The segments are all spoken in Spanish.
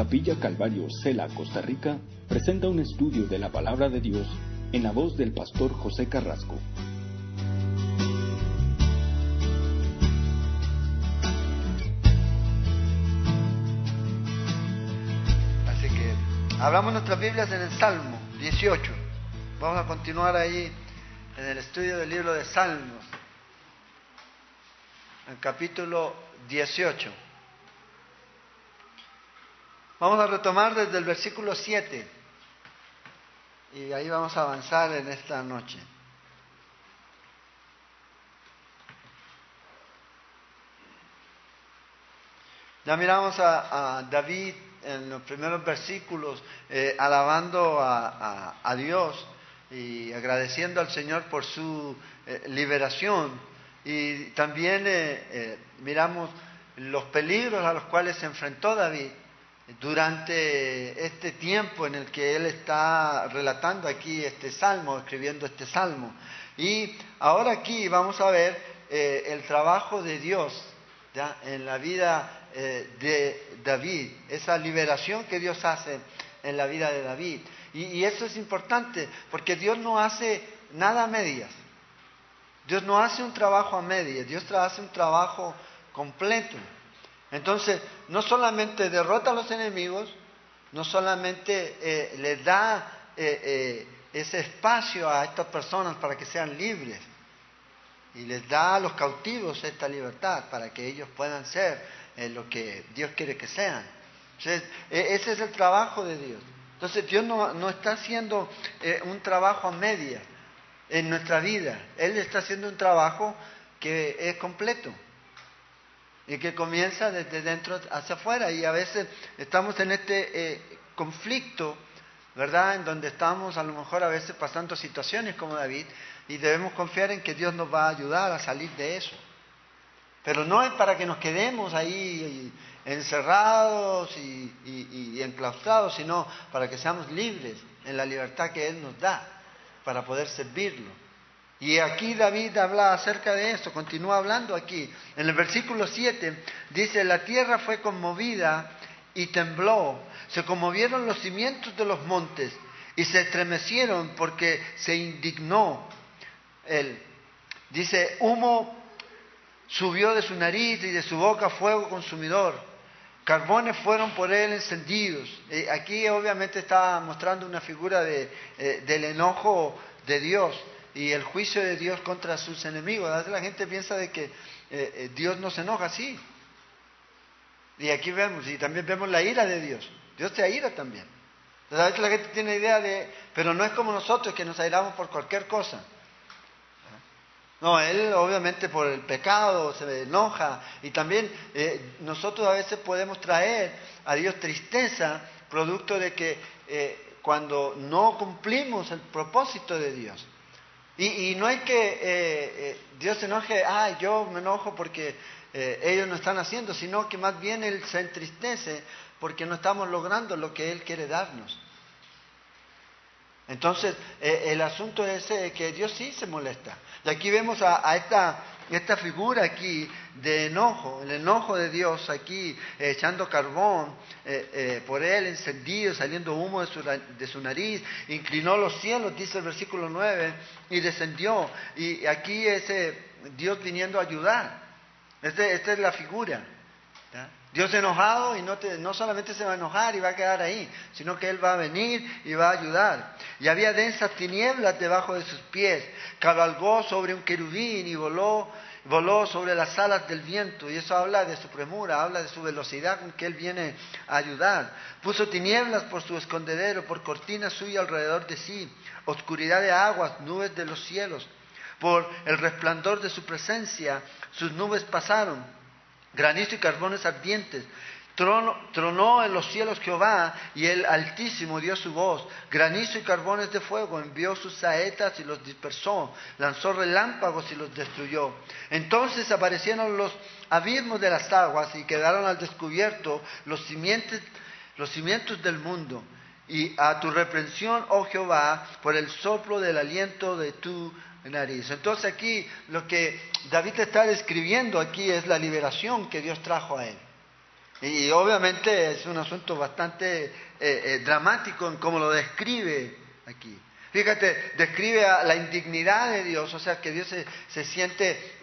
Capilla Calvario, Cela, Costa Rica, presenta un estudio de la Palabra de Dios en la voz del pastor José Carrasco. Así que abramos nuestras Biblias en el Salmo 18. Vamos a continuar ahí en el estudio del libro de Salmos, en capítulo 18. Vamos a retomar desde el versículo 7 y ahí vamos a avanzar en esta noche. Ya miramos a David en los primeros versículos alabando a Dios y agradeciendo al Señor por su liberación, y también miramos los peligros a los cuales se enfrentó David durante este tiempo en el que él está relatando aquí este salmo, escribiendo este salmo. Y ahora aquí vamos a ver el trabajo de Dios, ¿ya?, en la vida de David, esa liberación que Dios hace en la vida de David. Y eso es importante, porque Dios no hace nada a medias. Dios no hace un trabajo a medias, Dios hace un trabajo completo. Entonces, no solamente derrota a los enemigos, no solamente les da ese espacio a estas personas para que sean libres, y les da a los cautivos esta libertad para que ellos puedan ser lo que Dios quiere que sean. Entonces, ese es el trabajo de Dios. Entonces, Dios no está haciendo un trabajo a medias en nuestra vida. Él está haciendo un trabajo que es completo y que comienza desde dentro hacia afuera. Y a veces estamos en este conflicto, ¿verdad?, en donde estamos a lo mejor a veces pasando situaciones como David, y debemos confiar en que Dios nos va a ayudar a salir de eso. Pero no es para que nos quedemos ahí encerrados y enclaustrados, sino para que seamos libres en la libertad que Él nos da para poder servirlo. Y aquí David habla acerca de eso, continúa hablando aquí. En el versículo 7 dice: la tierra fue conmovida y tembló, se conmovieron los cimientos de los montes y se estremecieron porque se indignó él. Dice: humo subió de su nariz y de su boca fuego consumidor, carbones fueron por él encendidos. Aquí obviamente está mostrando una figura del enojo de Dios y el juicio de Dios contra sus enemigos. A veces la gente piensa de que Dios no se enoja, sí. Y aquí vemos, y también vemos la ira de Dios. Dios se aira también. Entonces, a veces la gente tiene idea pero no es como nosotros, que nos airamos por cualquier cosa. No, Él obviamente por el pecado se enoja, y también nosotros a veces podemos traer a Dios tristeza, producto de que cuando no cumplimos el propósito de Dios. Y no hay que Dios se enoje, yo me enojo porque ellos no están haciendo, sino que más bien Él se entristece porque no estamos logrando lo que Él quiere darnos. Entonces, el asunto es que Dios sí se molesta. Y aquí vemos a esta figura aquí de enojo, el enojo de Dios aquí, echando carbón por él, encendido, saliendo humo de su nariz, inclinó los cielos, dice el versículo 9, y descendió. Y aquí es Dios viniendo a ayudar. Esta es la figura, ¿ya? Dios enojado, y no solamente se va a enojar y va a quedar ahí, sino que Él va a venir y va a ayudar. Y había densas tinieblas debajo de sus pies, cabalgó sobre un querubín y voló sobre las alas del viento. Y eso habla de su premura, habla de su velocidad con que Él viene a ayudar. Puso tinieblas por su escondedero, por cortina suya alrededor de sí, oscuridad de aguas, nubes de los cielos. Por el resplandor de su presencia, sus nubes pasaron. Granizo y carbones ardientes. Tronó en los cielos Jehová, y el Altísimo dio su voz. Granizo y carbones de fuego, envió sus saetas y los dispersó. Lanzó relámpagos y los destruyó. Entonces aparecieron los abismos de las aguas, y quedaron al descubierto los cimientos del mundo. Y a tu reprensión, oh Jehová, por el soplo del aliento de tu nariz. Entonces aquí lo que David está describiendo aquí es la liberación que Dios trajo a él. Y obviamente es un asunto bastante dramático en cómo lo describe aquí. Fíjate, describe a la indignidad de Dios, o sea que Dios se siente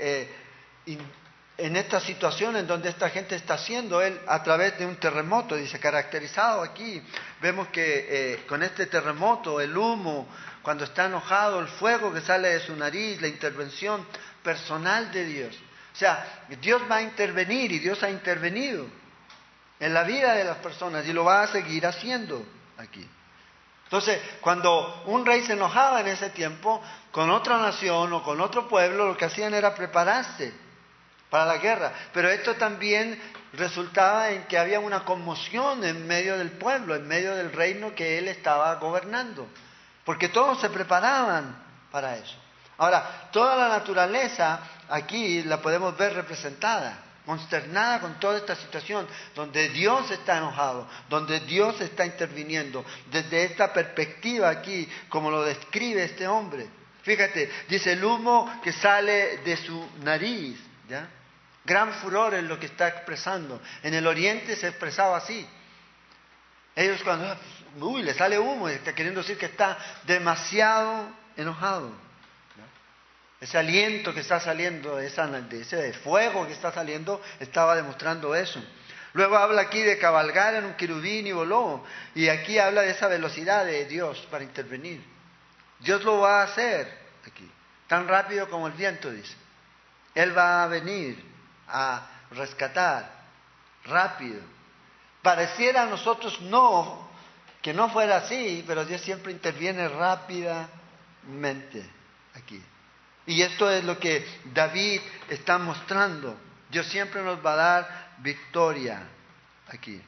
en esta situación en donde esta gente está haciendo él a través de un terremoto, dice, caracterizado aquí. Vemos que con este terremoto, el humo, cuando está enojado, el fuego que sale de su nariz, la intervención personal de Dios. O sea, Dios va a intervenir y Dios ha intervenido en la vida de las personas y lo va a seguir haciendo aquí. Entonces, cuando un rey se enojaba en ese tiempo con otra nación o con otro pueblo, lo que hacían era prepararse para la guerra. Pero esto también resultaba en que había una conmoción en medio del pueblo, en medio del reino que él estaba gobernando, porque todos se preparaban para eso. Ahora, toda la naturaleza aquí la podemos ver representada, consternada con toda esta situación, donde Dios está enojado, donde Dios está interviniendo, desde esta perspectiva aquí, como lo describe este hombre. Fíjate, dice el humo que sale de su nariz, ¿ya? Gran furor es lo que está expresando. En el oriente se expresaba así. Ellos cuando, le sale humo, está queriendo decir que está demasiado enojado. Ese aliento que está saliendo, de ese fuego que está saliendo, estaba demostrando eso. Luego habla aquí de cabalgar en un querubín y voló. Y aquí habla de esa velocidad de Dios para intervenir. Dios lo va a hacer aquí, tan rápido como el viento, dice. Él va a venir a rescatar rápido. Pareciera a nosotros que no fuera así, pero Dios siempre interviene rápidamente aquí. Y esto es lo que David está mostrando. Dios siempre nos va a dar victoria aquí.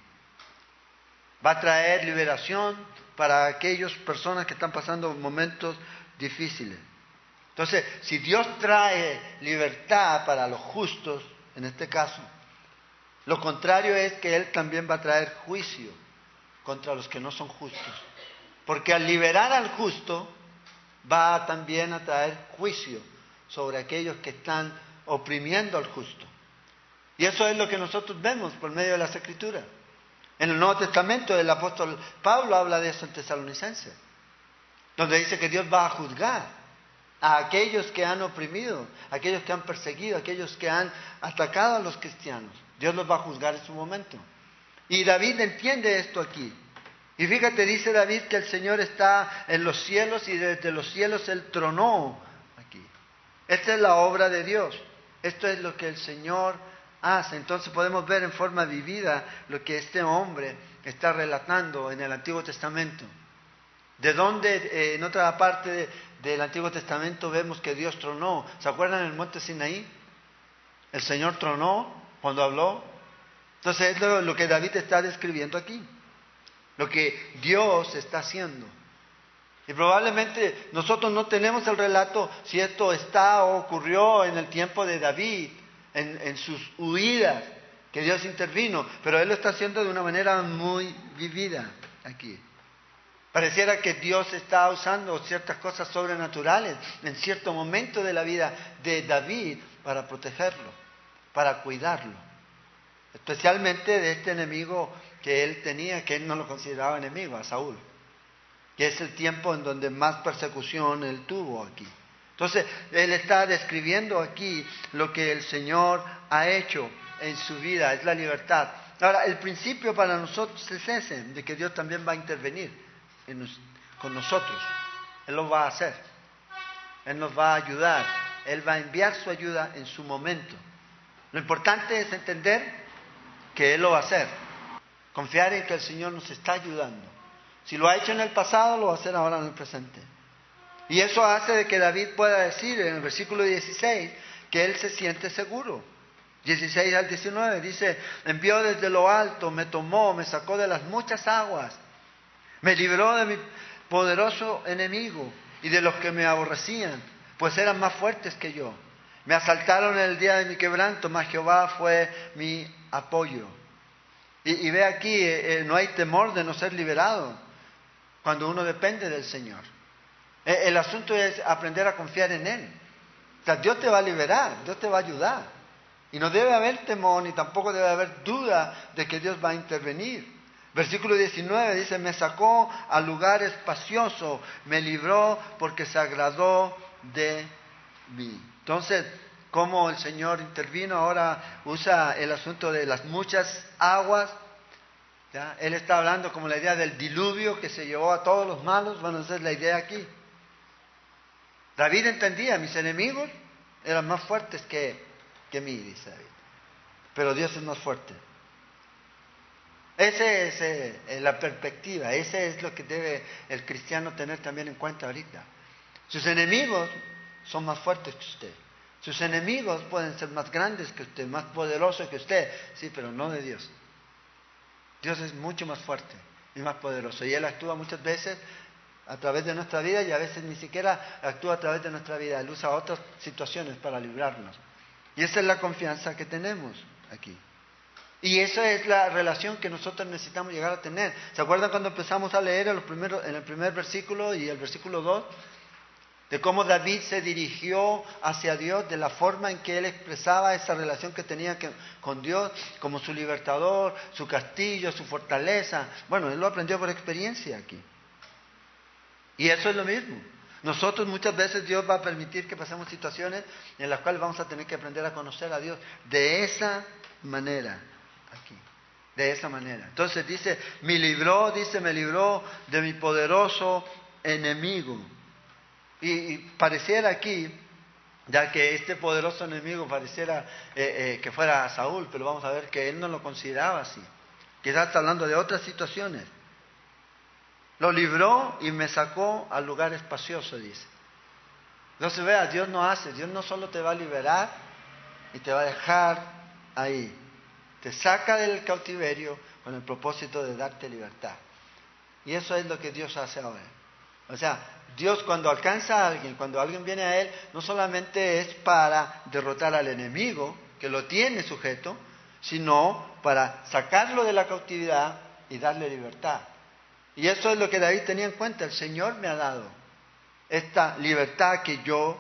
Va a traer liberación para aquellas personas que están pasando momentos difíciles. Entonces, si Dios trae libertad para los justos, en este caso, lo contrario es que Él también va a traer juicio contra los que no son justos. Porque al liberar al justo, va también a traer juicio sobre aquellos que están oprimiendo al justo. Y eso es lo que nosotros vemos por medio de las Escrituras. En el Nuevo Testamento el apóstol Pablo habla de eso en Tesalonicenses, donde dice que Dios va a juzgar a aquellos que han oprimido, a aquellos que han perseguido, a aquellos que han atacado a los cristianos. Dios los va a juzgar en su momento. Y David entiende esto aquí. Y fíjate, dice David que el Señor está en los cielos y desde los cielos Él tronó aquí. Esta es la obra de Dios. Esto es lo que el Señor hace. Entonces podemos ver en forma vivida lo que este hombre está relatando en el Antiguo Testamento. De donde en otra parte del Antiguo Testamento vemos que Dios tronó. ¿Se acuerdan en el monte Sinaí? El Señor tronó cuando habló. Entonces es lo que David está describiendo aquí. Lo que Dios está haciendo. Y probablemente nosotros no tenemos el relato si esto está o ocurrió en el tiempo de David, en sus huidas, que Dios intervino, pero Él lo está haciendo de una manera muy vivida aquí. Pareciera que Dios está usando ciertas cosas sobrenaturales en cierto momento de la vida de David para protegerlo, para cuidarlo. Especialmente de este enemigo que él tenía, que él no lo consideraba enemigo, a Saúl. Que es el tiempo en donde más persecución él tuvo aquí. Entonces, él está describiendo aquí lo que el Señor ha hecho en su vida, es la libertad. Ahora, el principio para nosotros es ese, de que Dios también va a intervenir con nosotros. Él lo va a hacer. Él nos va a ayudar. Él va a enviar su ayuda en su momento. Lo importante es entender que Él lo va a hacer. Confiar en que el Señor nos está ayudando. Si lo ha hecho en el pasado, lo va a hacer ahora en el presente. Y eso hace de que David pueda decir en el versículo 16 que él se siente seguro. 16 al 19 dice: envió desde lo alto, me tomó, me sacó de las muchas aguas, me libró de mi poderoso enemigo y de los que me aborrecían, pues eran más fuertes que yo. Me asaltaron en el día de mi quebranto, mas Jehová fue mi apoyo. Y ve aquí, no hay temor de no ser liberado cuando uno depende del Señor. El asunto es aprender a confiar en Él. O sea, Dios te va a liberar, Dios te va a ayudar. Y no debe haber temor, ni tampoco debe haber duda de que Dios va a intervenir. Versículo 19 dice, me sacó a lugar espacioso, me libró porque se agradó de mí. Entonces, ¿cómo el Señor intervino? Ahora usa el asunto de las muchas aguas. ¿Ya? Él está hablando como la idea del diluvio que se llevó a todos los malos. Bueno, esa es la idea aquí. David entendía, mis enemigos eran más fuertes que mí, dice David. Pero Dios es más fuerte. Esa es la perspectiva, ese es lo que debe el cristiano tener también en cuenta ahorita. Sus enemigos son más fuertes que usted. Sus enemigos pueden ser más grandes que usted, más poderosos que usted, sí, pero no de Dios. Dios es mucho más fuerte y más poderoso. Y Él actúa muchas veces a través de nuestra vida y a veces ni siquiera actúa a través de nuestra vida. Él usa otras situaciones para librarnos. Y esa es la confianza que tenemos aquí. Y esa es la relación que nosotros necesitamos llegar a tener. ¿Se acuerdan cuando empezamos a leer en el primer versículo y el versículo 2? De cómo David se dirigió hacia Dios, de la forma en que él expresaba esa relación que tenía con Dios, como su libertador, su castillo, su fortaleza. Bueno, él lo aprendió por experiencia aquí. Y eso es lo mismo. Nosotros muchas veces Dios va a permitir que pasemos situaciones en las cuales vamos a tener que aprender a conocer a Dios de esa manera. Aquí, de esa manera. Entonces dice, me libró de mi poderoso enemigo. Y pareciera aquí, ya que este poderoso enemigo pareciera que fuera Saúl, pero vamos a ver que él no lo consideraba así. Quizás está hablando de otras situaciones. Lo libró y me sacó al lugar espacioso, dice. Entonces vea, Dios no solo te va a liberar y te va a dejar ahí. Te saca del cautiverio con el propósito de darte libertad. Y eso es lo que Dios hace ahora. O sea, Dios cuando alcanza a alguien, cuando alguien viene a Él, no solamente es para derrotar al enemigo, que lo tiene sujeto, sino para sacarlo de la cautividad y darle libertad. Y eso es lo que David tenía en cuenta. El Señor me ha dado esta libertad que yo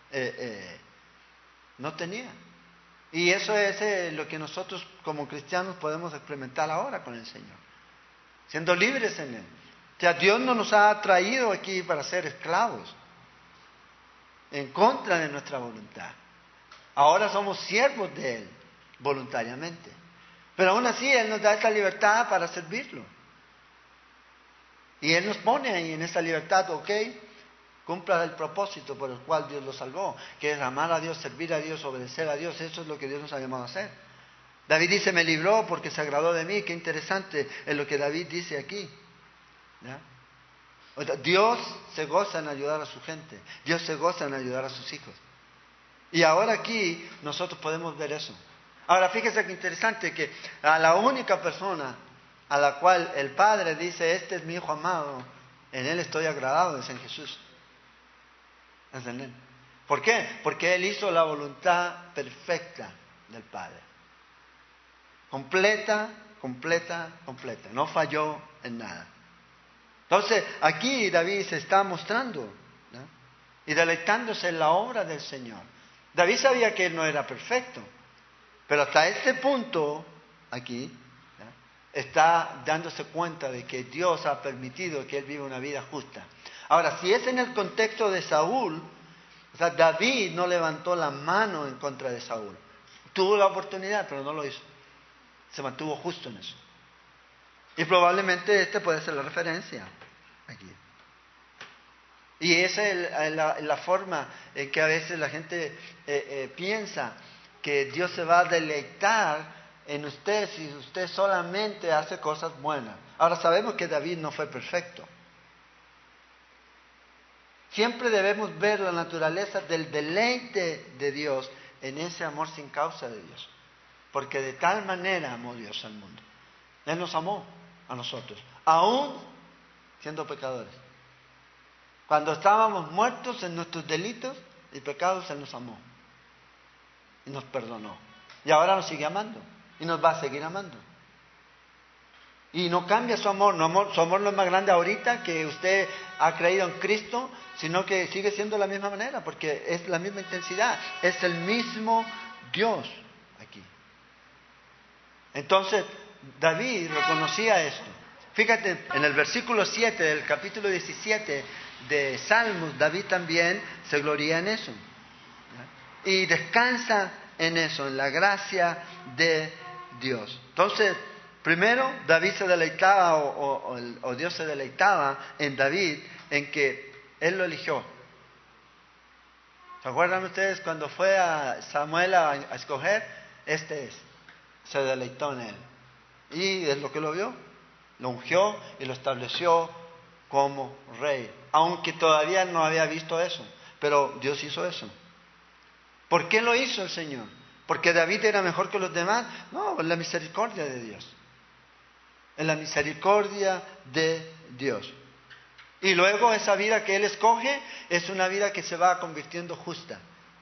no tenía. Y eso es lo que nosotros como cristianos podemos experimentar ahora con el Señor, siendo libres en Él. O sea, Dios no nos ha traído aquí para ser esclavos, en contra de nuestra voluntad. Ahora somos siervos de Él, voluntariamente. Pero aún así Él nos da esa libertad para servirlo. Y Él nos pone ahí en esa libertad, ok, cumpla el propósito por el cual Dios lo salvó, que es amar a Dios, servir a Dios, obedecer a Dios. Eso es lo que Dios nos ha llamado a hacer. David dice, me libró porque se agradó de mí. Qué interesante es lo que David dice aquí. ¿Ya? O sea, Dios se goza en ayudar a su gente. Dios se goza en ayudar a sus hijos. Y ahora aquí nosotros podemos ver eso. Ahora fíjese que interesante que a la única persona a la cual el Padre dice, este es mi Hijo amado, en Él estoy agradado, es en Jesús. Es en Él. ¿Por qué? Porque Él hizo la voluntad perfecta del Padre. Completa, completa, completa. No falló en nada. Entonces, aquí David se está mostrando, ¿no? Y deleitándose en la obra del Señor. David sabía que él no era perfecto, pero hasta este punto, aquí, ¿no? Está dándose cuenta de que Dios ha permitido que él viva una vida justa. Ahora, si es en el contexto de Saúl, o sea, David no levantó la mano en contra de Saúl. Tuvo la oportunidad, pero no lo hizo. Se mantuvo justo en eso. Y probablemente este puede ser la referencia aquí. Y esa es la forma en que a veces la gente piensa que Dios se va a deleitar en usted si usted solamente hace cosas buenas. Ahora sabemos que David no fue perfecto. Siempre debemos ver la naturaleza del deleite de Dios en ese amor sin causa de Dios. Porque de tal manera amó Dios al mundo. Él nos amó a nosotros, aún siendo pecadores. Cuando estábamos muertos en nuestros delitos y pecados, Él nos amó y nos perdonó. Y ahora nos sigue amando y nos va a seguir amando. Y no cambia su amor. Su amor no es más grande ahorita que usted ha creído en Cristo, sino que sigue siendo de la misma manera, porque es la misma intensidad. Es el mismo Dios aquí. Entonces, David reconocía esto. Fíjate, en el versículo 7 del capítulo 17 de Salmos, David también se gloría en eso. Y descansa en eso, en la gracia de Dios. Entonces, primero, David se deleitaba, o Dios se deleitaba en David, en que Él lo eligió. ¿Se acuerdan ustedes cuando fue a Samuel a escoger? Se deleitó en él. Y es lo que lo vio. Lo ungió y lo estableció como rey. Aunque todavía no había visto eso. Pero Dios hizo eso. ¿Por qué lo hizo el Señor? ¿Porque David era mejor que los demás? No, es la misericordia de Dios. Es la misericordia de Dios. Y luego esa vida que Él escoge es una vida que se va convirtiendo justa.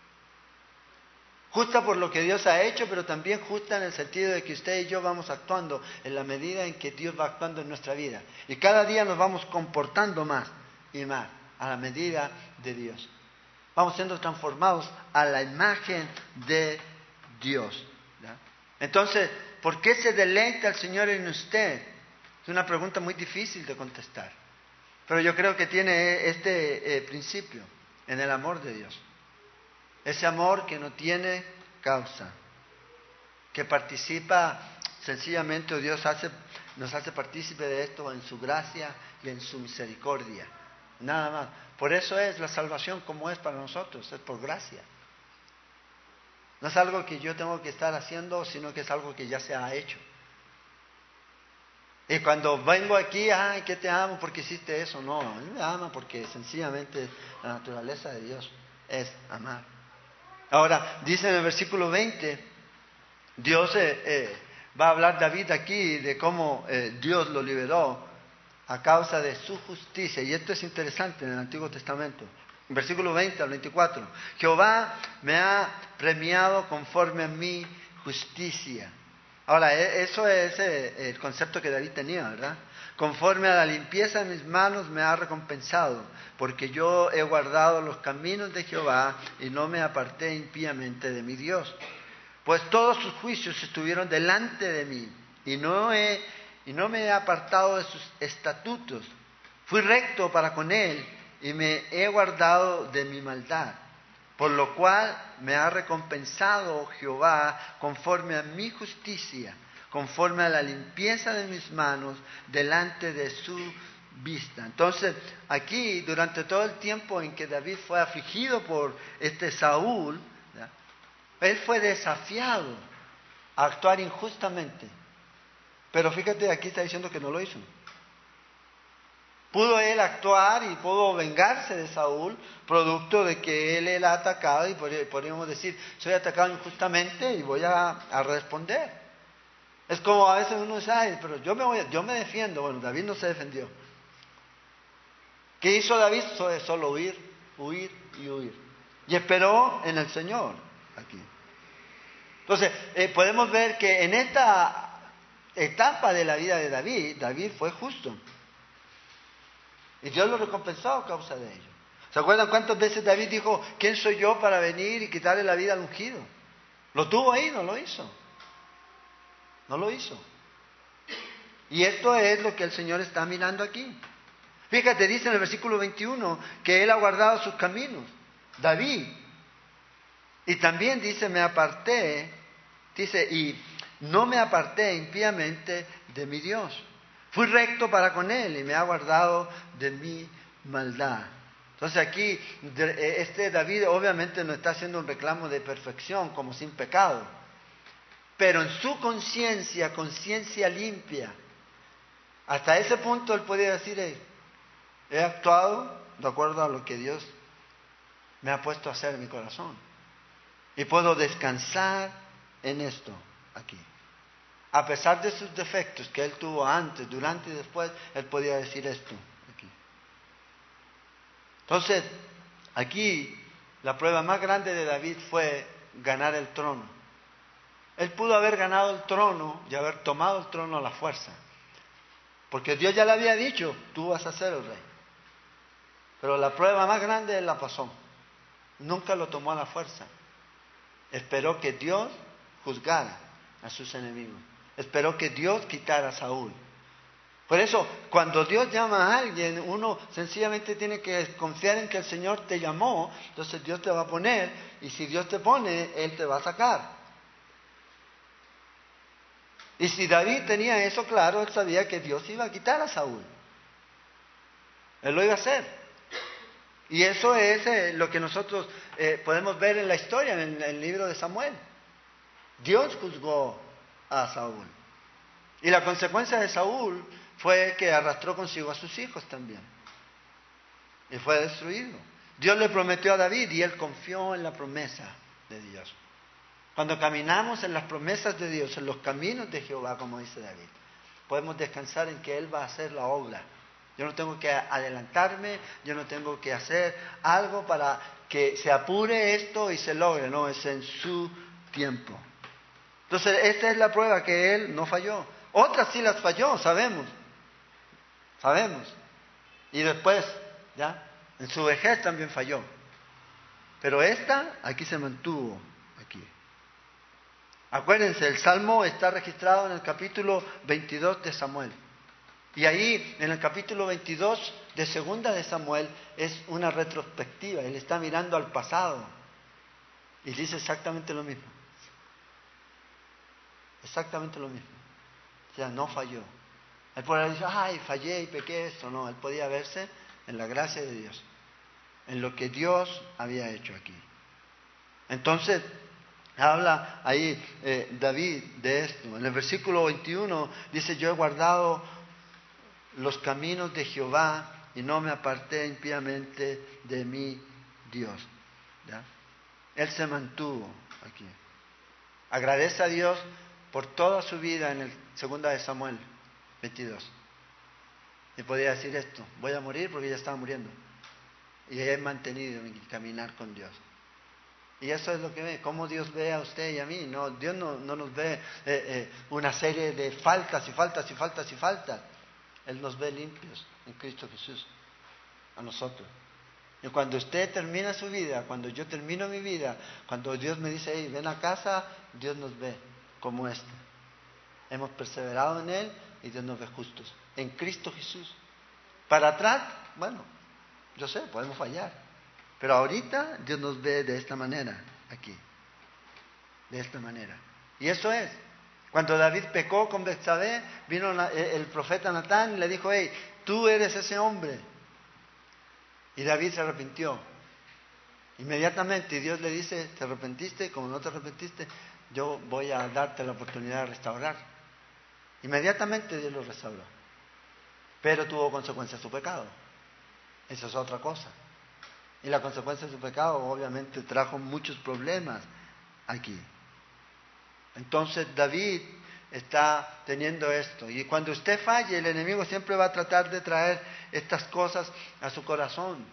Justa por lo que Dios ha hecho, pero también justa en el sentido de que usted y yo vamos actuando en la medida en que Dios va actuando en nuestra vida. Y cada día nos vamos comportando más y más a la medida de Dios. Vamos siendo transformados a la imagen de Dios. ¿Ya? Entonces, ¿por qué se deleita el Señor en usted? Es una pregunta muy difícil de contestar. Pero yo creo que tiene este principio en el amor de Dios. Ese amor que no tiene causa, que participa sencillamente, Dios nos hace partícipe de esto en su gracia y en su misericordia. Nada más. Por eso es la salvación como es para nosotros, es por gracia. No es algo que yo tengo que estar haciendo, sino que es algo que ya se ha hecho. Y cuando vengo aquí, ay, que te amo porque hiciste eso. No, a mí me ama porque sencillamente la naturaleza de Dios es amar. Ahora, dice en el versículo 20, Dios va a hablar David aquí de cómo Dios lo liberó a causa de su justicia. Y esto es interesante en el Antiguo Testamento. En versículo 20 al 24. Jehová me ha premiado conforme a mi justicia. Ahora, eso es el concepto que David tenía, ¿verdad? Conforme a la limpieza de mis manos me ha recompensado, porque yo he guardado los caminos de Jehová y no me aparté impíamente de mi Dios. Pues todos sus juicios estuvieron delante de mí y no me he apartado de sus estatutos. Fui recto para con él y me he guardado de mi maldad. Por lo cual me ha recompensado Jehová conforme a mi justicia, conforme a la limpieza de mis manos delante de su vista. Entonces, aquí, durante todo el tiempo en que David fue afligido por Saúl, ¿ya? Él fue desafiado a actuar injustamente. Pero fíjate, aquí está diciendo que no lo hizo. Pudo él actuar y pudo vengarse de Saúl, producto de que él ha atacado, y podríamos decir, soy atacado injustamente y voy a responder. Es como a veces uno dice, ay, pero yo me defiendo. Bueno, David no se defendió. ¿Qué hizo David? Solo huir y huir. Y esperó en el Señor aquí. Entonces, podemos ver que en esta etapa de la vida de David fue justo. Y Dios lo recompensó a causa de ello. ¿Se acuerdan cuántas veces David dijo, ¿quién soy yo para venir y quitarle la vida al ungido? Lo tuvo ahí, no lo hizo. No lo hizo. Y esto es lo que el Señor está mirando aquí. Fíjate, dice en el versículo 21 que Él ha guardado sus caminos. David. Y también dice, y no me aparté impíamente de mi Dios. Fui recto para con Él y me ha guardado de mi maldad. Entonces aquí, David obviamente no está haciendo un reclamo de perfección como sin pecado. Pero en su conciencia limpia, hasta ese punto él podía decir, he actuado de acuerdo a lo que Dios me ha puesto a hacer en mi corazón. Y puedo descansar en esto aquí. A pesar de sus defectos que él tuvo antes, durante y después, él podía decir esto aquí. Entonces, aquí la prueba más grande de David fue ganar el trono. Él pudo haber ganado el trono y haber tomado el trono a la fuerza. Porque Dios ya le había dicho, tú vas a ser el rey. Pero la prueba más grande él la pasó. Nunca lo tomó a la fuerza. Esperó que Dios juzgara a sus enemigos. Esperó que Dios quitara a Saúl. Por eso, cuando Dios llama a alguien, uno sencillamente tiene que confiar en que el Señor te llamó, entonces Dios te va a poner, y si Dios te pone, Él te va a sacar. Y si David tenía eso claro, él sabía que Dios iba a quitar a Saúl. Él lo iba a hacer. Y eso es lo que nosotros podemos ver en la historia, en el libro de Samuel. Dios juzgó a Saúl. Y la consecuencia de Saúl fue que arrastró consigo a sus hijos también. Y fue destruido. Dios le prometió a David y él confió en la promesa de Dios. Cuando caminamos en las promesas de Dios, en los caminos de Jehová, como dice David, podemos descansar en que Él va a hacer la obra. Yo no tengo que adelantarme, yo no tengo que hacer algo para que se apure esto y se logre. No, es en su tiempo. Entonces, esta es la prueba que Él no falló. Otras sí las falló, sabemos. Y después, ya, en su vejez también falló. Pero esta, aquí se mantuvo, aquí. Acuérdense, el Salmo está registrado en el capítulo 22 de Samuel. Y ahí, en el capítulo 22 de Segunda de Samuel, es una retrospectiva. Él está mirando al pasado. Y dice exactamente lo mismo. Exactamente lo mismo. O sea, no falló. Él podría decir, ay, fallé y pequé esto. No, él podía verse en la gracia de Dios. En lo que Dios había hecho aquí. Entonces, habla ahí David de esto. En el versículo 21 dice, yo he guardado los caminos de Jehová y no me aparté impíamente de mi Dios. ¿Ya? Él se mantuvo aquí. Agradece a Dios por toda su vida en el 2 de Samuel 22. Y podía decir esto, voy a morir porque ya estaba muriendo. Y he mantenido mi caminar con Dios. Y eso es lo que ve, cómo Dios ve a usted y a mí. No, Dios no nos ve una serie de faltas y faltas y faltas y faltas. Él nos ve limpios en Cristo Jesús, a nosotros. Y cuando usted termina su vida, cuando yo termino mi vida, cuando Dios me dice, hey, ven a casa, Dios nos ve como este. Hemos perseverado en Él y Dios nos ve justos. En Cristo Jesús. Para atrás, bueno, yo sé, podemos fallar. Pero ahorita Dios nos ve de esta manera, aquí. De esta manera. Y eso es. Cuando David pecó con Betsabé, vino el profeta Natán y le dijo, hey, tú eres ese hombre. Y David se arrepintió. Inmediatamente Dios le dice, ¿te arrepentiste? Como no te arrepentiste, yo voy a darte la oportunidad de restaurar. Inmediatamente Dios lo restauró. Pero tuvo consecuencias su pecado. Eso es otra cosa. Y la consecuencia de su pecado obviamente trajo muchos problemas aquí. Entonces David está teniendo esto. Y cuando usted falle, el enemigo siempre va a tratar de traer estas cosas a su corazón.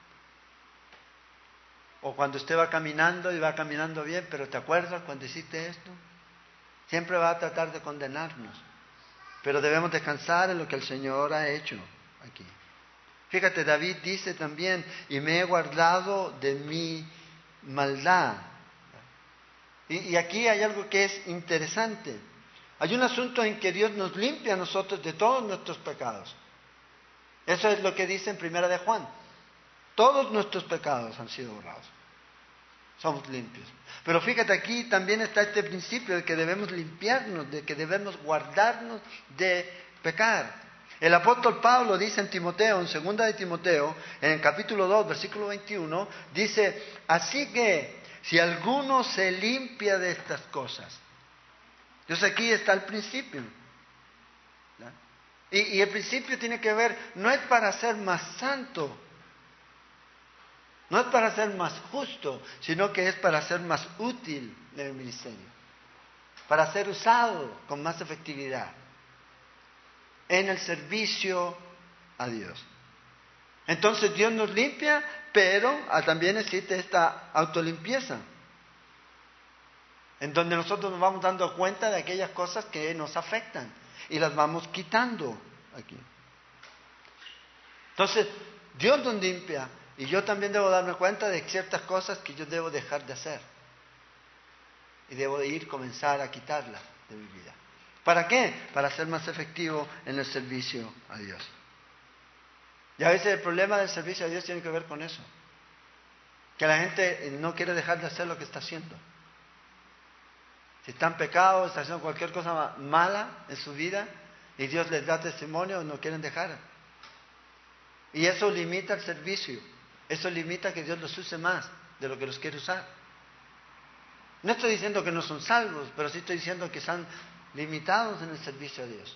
O cuando usted va caminando y va caminando bien, pero ¿te acuerdas cuando hiciste esto? Siempre va a tratar de condenarnos. Pero debemos descansar en lo que el Señor ha hecho aquí. Fíjate, David dice también, y me he guardado de mi maldad. Y aquí hay algo que es interesante. Hay un asunto en que Dios nos limpia a nosotros de todos nuestros pecados. Eso es lo que dice en Primera de Juan. Todos nuestros pecados han sido borrados. Somos limpios. Pero fíjate, aquí también está este principio de que debemos limpiarnos, de que debemos guardarnos de pecar. El apóstol Pablo dice en Timoteo, en 2 de Timoteo, en el capítulo 2, versículo 21, dice, así que si alguno se limpia de estas cosas. Entonces aquí está el principio. ¿No? Y el principio tiene que ver, no es para ser más santo, no es para ser más justo, sino que es para ser más útil en el ministerio, para ser usado con más efectividad en el servicio a Dios. Entonces Dios nos limpia, pero también existe esta autolimpieza, en donde nosotros nos vamos dando cuenta de aquellas cosas que nos afectan y las vamos quitando aquí. Entonces, Dios nos limpia y yo también debo darme cuenta de ciertas cosas que yo debo dejar de hacer y debo comenzar a quitarlas de mi vida. ¿Para qué? Para ser más efectivo en el servicio a Dios. Y a veces el problema del servicio a Dios tiene que ver con eso. Que la gente no quiere dejar de hacer lo que está haciendo. Si está en pecado, está haciendo cualquier cosa mala en su vida y Dios les da testimonio, no quieren dejar. Y eso limita el servicio. Eso limita que Dios los use más de lo que los quiere usar. No estoy diciendo que no son salvos, pero sí estoy diciendo que están limitados en el servicio a Dios.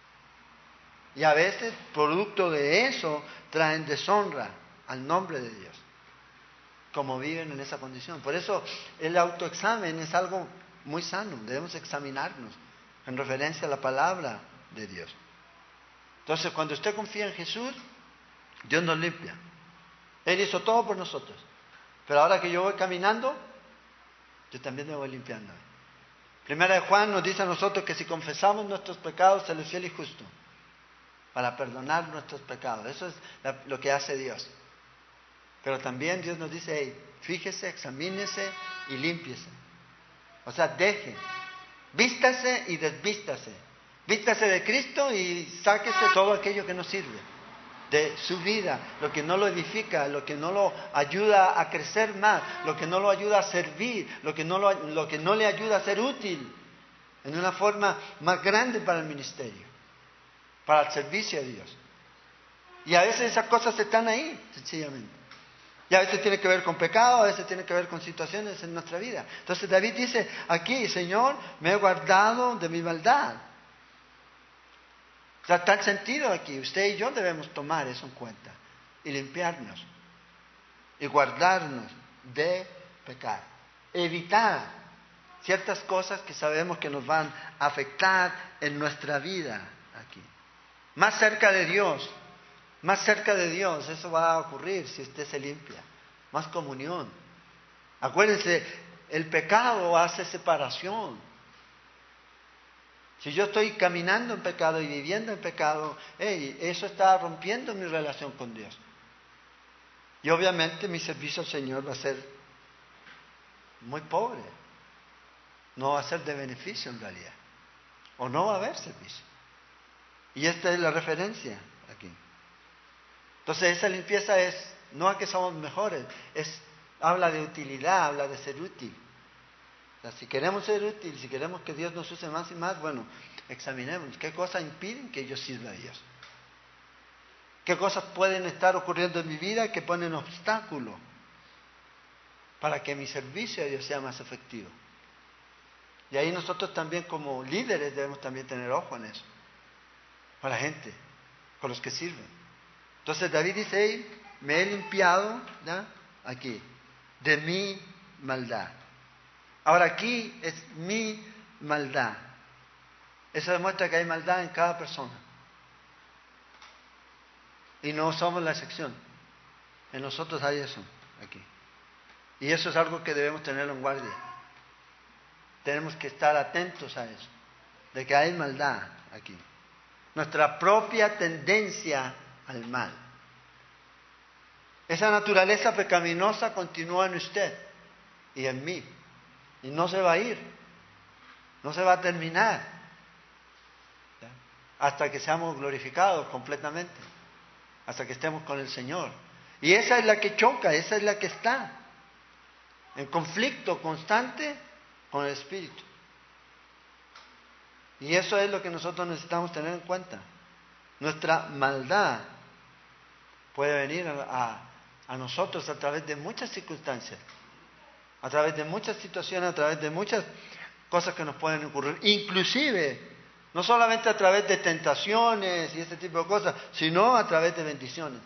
Y a veces, producto de eso, traen deshonra al nombre de Dios, como viven en esa condición. Por eso el autoexamen es algo muy sano. Debemos examinarnos en referencia a la palabra de Dios. Entonces, cuando usted confía en Jesús, Dios nos limpia. Él hizo todo por nosotros. Pero ahora que yo voy caminando, yo también me voy limpiando. Primera de Juan nos dice a nosotros que si confesamos nuestros pecados, Él es fiel y justo para perdonar nuestros pecados. Eso es lo que hace Dios. Pero también Dios nos dice, hey, fíjese, examínese y límpiese. O sea, deje, vístase y desvístase. Vístase de Cristo y sáquese todo aquello que no sirve de su vida, lo que no lo edifica, lo que no lo ayuda a crecer más, lo que no lo ayuda a servir, lo que no le ayuda a ser útil en una forma más grande para el ministerio, para el servicio a Dios. Y a veces esas cosas están ahí, sencillamente. Y a veces tiene que ver con pecado, a veces tiene que ver con situaciones en nuestra vida. Entonces David dice aquí, Señor, me he guardado de mi maldad. O sea, está el sentido aquí. Usted y yo debemos tomar eso en cuenta y limpiarnos y guardarnos de pecar. Evitar ciertas cosas que sabemos que nos van a afectar en nuestra vida aquí. Más cerca de Dios, eso va a ocurrir si usted se limpia. Más comunión. Acuérdense, el pecado hace separación. Si yo estoy caminando en pecado y viviendo en pecado, eso está rompiendo mi relación con Dios. Y obviamente mi servicio al Señor va a ser muy pobre. No va a ser de beneficio en realidad. O no va a haber servicio. Y esta es la referencia aquí. Entonces esa limpieza es, no a que somos mejores, habla de utilidad, habla de ser útil. O sea, si queremos ser útiles, si queremos que Dios nos use más y más, bueno, examinemos qué cosas impiden que yo sirva a Dios. ¿Qué cosas pueden estar ocurriendo en mi vida que ponen obstáculos para que mi servicio a Dios sea más efectivo? Y ahí nosotros también como líderes debemos también tener ojo en eso. Para la gente, con los que sirven. Entonces David dice, hey, me he limpiado, ¿ya? Aquí, de mi maldad. Ahora aquí es mi maldad. Eso demuestra que hay maldad en cada persona. Y no somos la excepción. En nosotros hay eso aquí. Y eso es algo que debemos tenerlo en guardia. Tenemos que estar atentos a eso. De que hay maldad aquí. Nuestra propia tendencia al mal. Esa naturaleza pecaminosa continúa en usted y en mí. Y no se va a ir. No se va a terminar. ¿Ya? Hasta que seamos glorificados completamente. Hasta que estemos con el Señor. Y esa es la que choca, esa es la que está en conflicto constante con el Espíritu. Y eso es lo que nosotros necesitamos tener en cuenta. Nuestra maldad puede venir a nosotros a través de muchas circunstancias, a través de muchas situaciones, a través de muchas cosas que nos pueden ocurrir, inclusive no solamente a través de tentaciones y ese tipo de cosas, sino a través de bendiciones.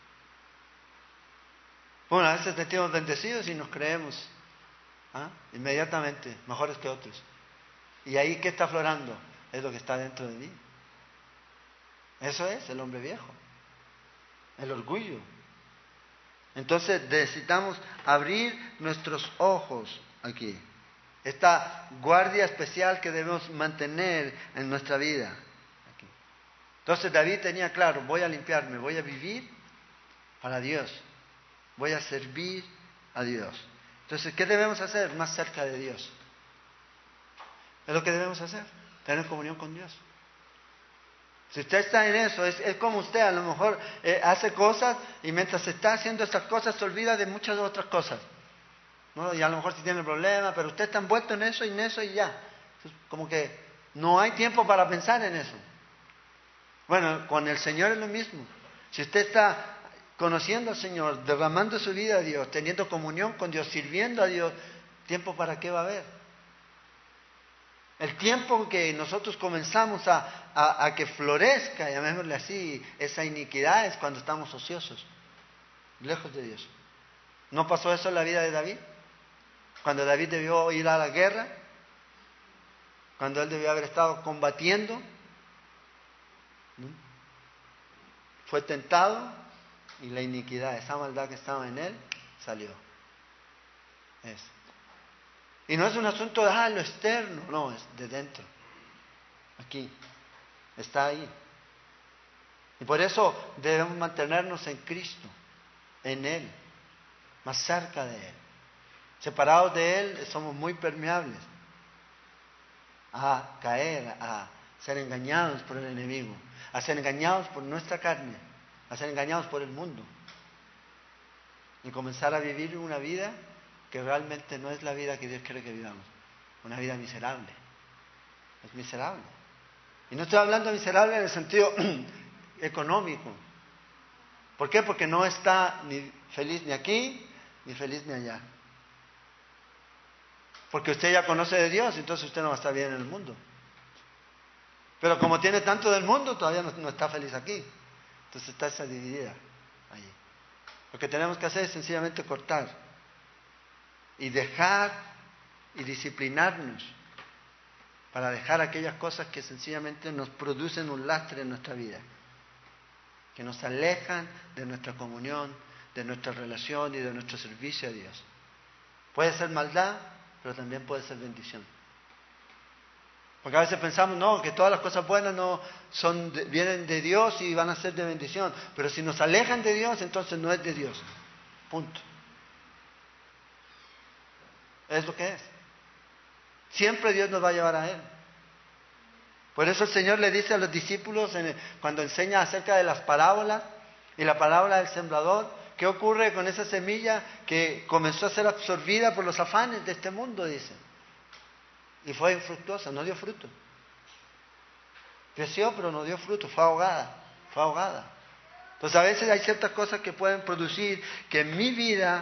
Bueno, a veces sentimos bendecidos y nos creemos inmediatamente mejores que otros. Y ahí, ¿qué está aflorando? Es lo que está dentro de mí. Eso es el hombre viejo, el orgullo. Entonces necesitamos abrir nuestros ojos aquí. Esta guardia especial que debemos mantener en nuestra vida. Aquí. Entonces David tenía claro, voy a limpiarme, voy a vivir para Dios. Voy a servir a Dios. Entonces, ¿qué debemos hacer? Más cerca de Dios. Es lo que debemos hacer. tener comunión con Dios. Si usted está en eso, es como usted a lo mejor hace cosas y mientras está haciendo esas cosas se olvida de muchas otras cosas, ¿no? Y a lo mejor sí tiene problemas, pero usted está envuelto en eso y ya. Entonces, como que no hay tiempo para pensar en eso. Bueno, con el Señor es lo mismo. Si usted está conociendo al Señor, derramando su vida a Dios, teniendo comunión con Dios, sirviendo a Dios, ¿tiempo para qué va a haber? El tiempo que nosotros comenzamos a que florezca, llamémosle así, esa iniquidad es cuando estamos ociosos, lejos de Dios. ¿No pasó eso en la vida de David? Cuando David debió ir a la guerra, cuando él debió haber estado combatiendo, ¿no? Fue tentado y la iniquidad, esa maldad que estaba en él, salió. Eso. Y no es un asunto de lo externo, no, es de dentro. Aquí, está ahí. Y por eso debemos mantenernos en Cristo, en Él, más cerca de Él. Separados de Él somos muy permeables a caer, a ser engañados por el enemigo, a ser engañados por nuestra carne, a ser engañados por el mundo. Y comenzar a vivir una vida que realmente no es la vida que Dios quiere que vivamos. Una vida miserable. Es miserable. Y no estoy hablando de miserable en el sentido económico. ¿Por qué? Porque no está ni feliz ni aquí, ni feliz ni allá. Porque usted ya conoce de Dios, entonces usted no va a estar bien en el mundo. Pero como tiene tanto del mundo, todavía no está feliz aquí. Entonces está esa dividida allí. Lo que tenemos que hacer es sencillamente cortar y dejar y disciplinarnos para dejar aquellas cosas que sencillamente nos producen un lastre en nuestra vida, que nos alejan de nuestra comunión, de nuestra relación y de nuestro servicio a Dios. Puede ser maldad, pero también puede ser bendición. Porque a veces pensamos, no, que todas las cosas buenas vienen de Dios y van a ser de bendición. Pero si nos alejan de Dios, entonces no es de Dios. Punto. Es lo que es. Siempre Dios nos va a llevar a Él. Por eso el Señor le dice a los discípulos, cuando enseña acerca de las parábolas, y la parábola del sembrador, ¿qué ocurre con esa semilla que comenzó a ser absorbida por los afanes de este mundo? Dice. Y fue infructuosa, no dio fruto. Creció, pero no dio fruto, fue ahogada. Entonces a veces hay ciertas cosas que pueden producir que en mi vida,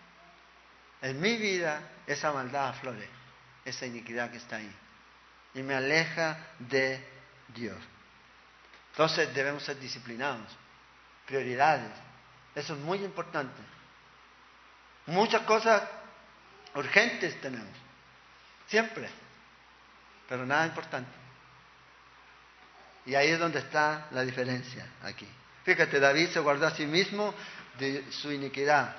esa maldad aflore, esa iniquidad que está ahí. Y me aleja de Dios. Entonces debemos ser disciplinados. Prioridades. Eso es muy importante. Muchas cosas urgentes tenemos. Siempre. Pero nada importante. Y ahí es donde está la diferencia aquí. Fíjate, David se guardó a sí mismo de su iniquidad.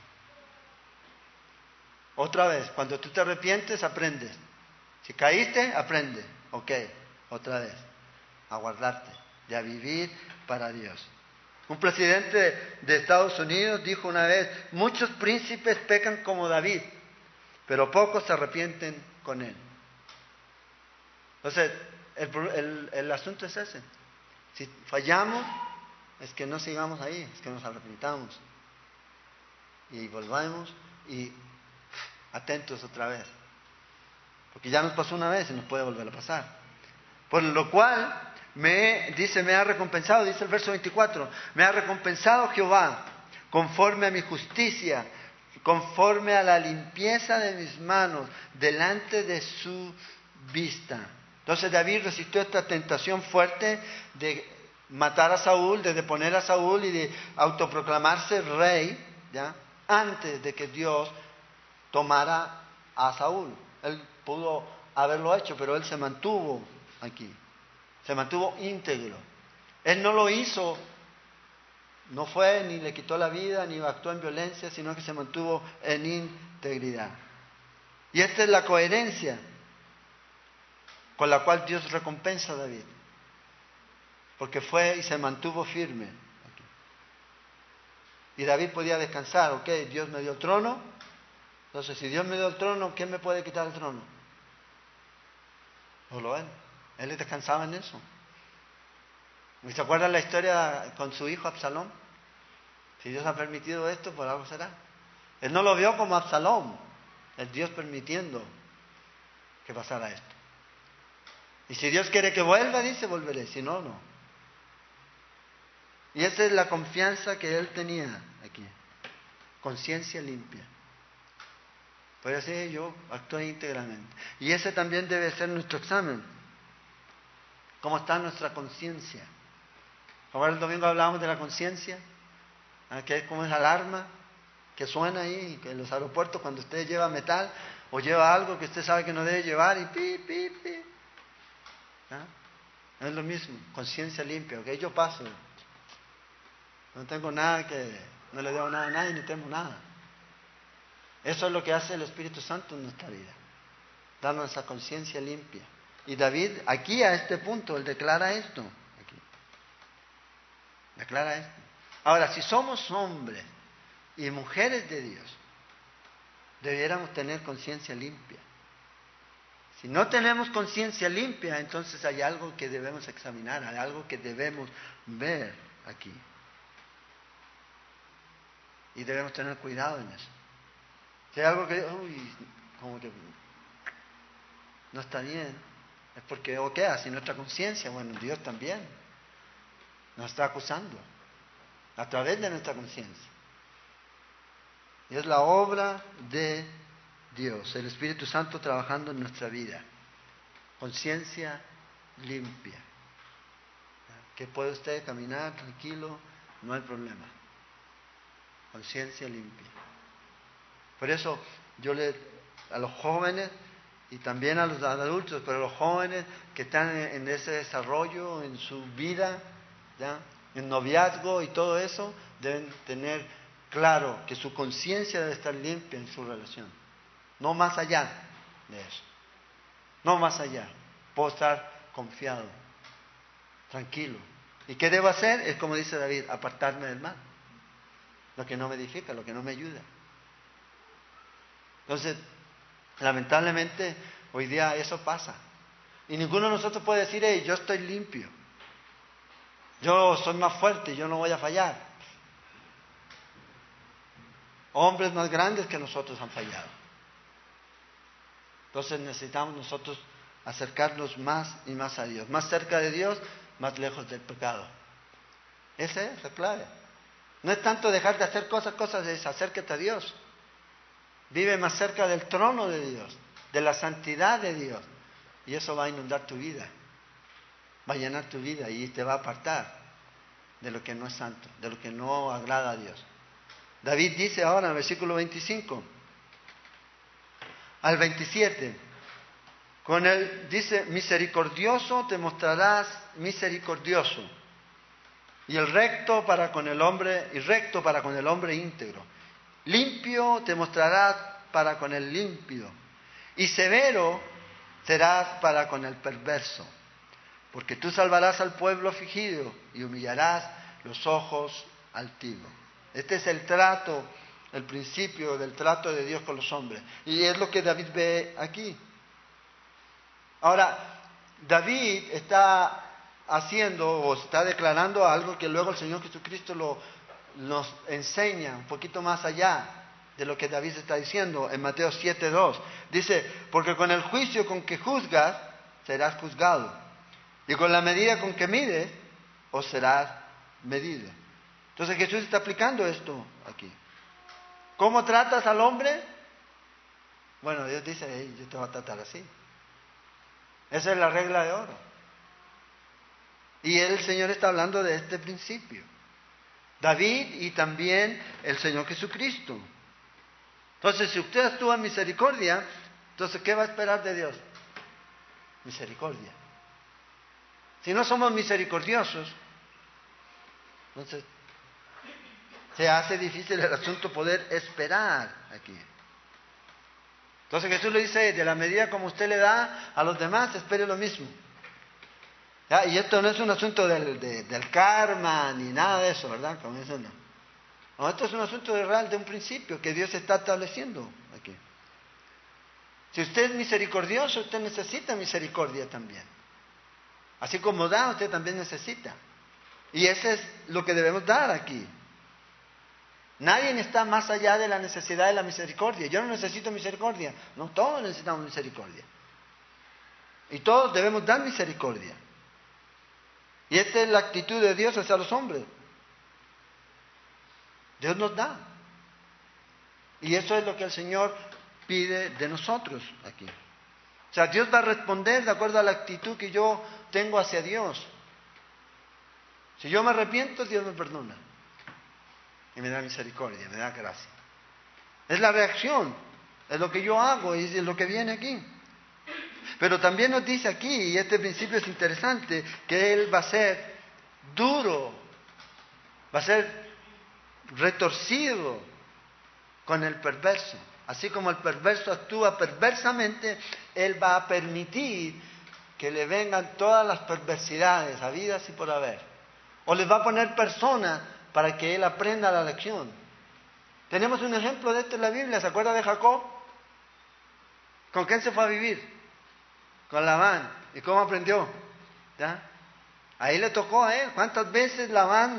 Otra vez, cuando tú te arrepientes, aprendes. Si caíste, aprende. Ok, otra vez. A guardarte, y a vivir para Dios. Un presidente de Estados Unidos dijo una vez, muchos príncipes pecan como David, pero pocos se arrepienten con él. Entonces, el asunto es ese. Si fallamos, es que no sigamos ahí, es que nos arrepintamos. Y volvamos y atentos otra vez. Porque ya nos pasó una vez y nos puede volver a pasar. Por lo cual, me ha recompensado, dice el verso 24, me ha recompensado Jehová conforme a mi justicia, conforme a la limpieza de mis manos, delante de su vista. Entonces David resistió esta tentación fuerte de matar a Saúl, de deponer a Saúl y de autoproclamarse rey, ¿ya? Antes de que Dios tomara a Saúl. Él pudo haberlo hecho, pero él se mantuvo aquí. Se mantuvo íntegro. Él no lo hizo, no fue ni le quitó la vida, ni actuó en violencia, sino que se mantuvo en integridad. Y esta es la coherencia con la cual Dios recompensa a David. Porque fue y se mantuvo firme aquí. Y David podía descansar, ok, Dios me dio el trono. Entonces, si Dios me dio el trono, ¿quién me puede quitar el trono? Solo Él. Él descansaba en eso. ¿Y se acuerdan la historia con su hijo Absalón? Si Dios ha permitido esto, por algo será. Él no lo vio como Absalón, es Dios permitiendo que pasara esto. Y si Dios quiere que vuelva, dice, volveré, si no, no. Y esa es la confianza que él tenía aquí. Conciencia limpia. Por así yo actué íntegramente. Y ese también debe ser nuestro examen. ¿Cómo está nuestra conciencia? Ahora el domingo hablábamos de la conciencia, que es como esa alarma que suena ahí, que en los aeropuertos cuando usted lleva metal o lleva algo que usted sabe que no debe llevar y pi, pi, pi. ¿Ah? Es lo mismo, conciencia limpia, ok, yo paso. No tengo nada no le debo nada a nadie ni temo nada. Eso es lo que hace el Espíritu Santo en nuestra vida, darnos esa conciencia limpia. Y David, aquí a este punto, él declara esto. Aquí. Declara esto. Ahora, si somos hombres y mujeres de Dios, debiéramos tener conciencia limpia. Si no tenemos conciencia limpia, entonces hay algo que debemos examinar, hay algo que debemos ver aquí. Y debemos tener cuidado en eso. Si hay algo que, como que no está bien, es porque, ¿o qué hace? Nuestra conciencia, bueno, Dios también nos está acusando a través de nuestra conciencia. Y es la obra de Dios, el Espíritu Santo trabajando en nuestra vida. Conciencia limpia. Que puede usted caminar tranquilo, no hay problema. Conciencia limpia. Por eso yo a los jóvenes y también a los adultos, pero los jóvenes que están en ese desarrollo en su vida, ¿ya? En noviazgo y todo eso, deben tener claro que su conciencia debe estar limpia en su relación. No más allá de eso. No más allá. Puedo estar confiado, tranquilo. ¿Y qué debo hacer? Es como dice David, apartarme del mal. Lo que no me edifica, lo que no me ayuda. Entonces, lamentablemente, hoy día eso pasa. Y ninguno de nosotros puede decir, hey, yo estoy limpio. Yo soy más fuerte, yo no voy a fallar. Hombres más grandes que nosotros han fallado. Entonces necesitamos nosotros acercarnos más y más a Dios. Más cerca de Dios, más lejos del pecado. Esa es la clave. No es tanto dejar de hacer cosas es acércate a Dios. Vive más cerca del trono de Dios, de la santidad de Dios. Y eso va a inundar tu vida. Va a llenar tu vida y te va a apartar de lo que no es santo, de lo que no agrada a Dios. David dice ahora en el versículo 25 al 27, con él dice, misericordioso te mostrarás misericordioso, y recto para con el hombre íntegro. Limpio te mostrarás para con el limpio, y severo serás para con el perverso. Porque tú salvarás al pueblo afligido y humillarás los ojos altivos. Este es el trato, el principio del trato de Dios con los hombres. Y es lo que David ve aquí. Ahora, David está haciendo o está declarando algo que luego el Señor Jesucristo nos enseña un poquito más allá de lo que David está diciendo en Mateo 7:2. Dice, porque con el juicio con que juzgas, serás juzgado. Y con la medida con que mides, os serás medido. Entonces Jesús está aplicando esto aquí. ¿Cómo tratas al hombre? Bueno, Dios dice, hey, yo te voy a tratar así. Esa es la regla de oro. Y el Señor está hablando de este principio. David y también el Señor Jesucristo. Entonces, si usted actúa en misericordia, entonces, ¿qué va a esperar de Dios? Misericordia. Si no somos misericordiosos, entonces se hace difícil el asunto poder esperar aquí. Entonces Jesús le dice, de la medida como usted le da a los demás, espere lo mismo. ¿Ya? Y esto no es un asunto del karma ni nada de eso, ¿verdad? Como eso no. No, esto es un asunto real de un principio que Dios está estableciendo aquí. Si usted es misericordioso, usted necesita misericordia también. Así como da, usted también necesita. Y eso es lo que debemos dar aquí. Nadie está más allá de la necesidad de la misericordia. Yo no necesito misericordia. No, todos necesitamos misericordia. Y todos debemos dar misericordia. Y esta es la actitud de Dios hacia los hombres. Dios nos da. Y eso es lo que el Señor pide de nosotros aquí. O sea, Dios va a responder de acuerdo a la actitud que yo tengo hacia Dios. Si yo me arrepiento, Dios me perdona. Y me da misericordia, me da gracia. Es la reacción, es lo que yo hago y es lo que viene aquí. Pero también nos dice aquí, y este principio es interesante, que Él va a ser duro, va a ser retorcido con el perverso. Así como el perverso actúa perversamente, Él va a permitir que le vengan todas las perversidades habidas y por haber. O les va a poner personas para que él aprenda la lección. Tenemos un ejemplo de esto en la Biblia. ¿Se acuerda de Jacob? ¿Con quién se fue a vivir? Con Labán. ¿Y cómo aprendió? ¿Ya? Ahí le tocó a él. ¿Cuántas veces Labán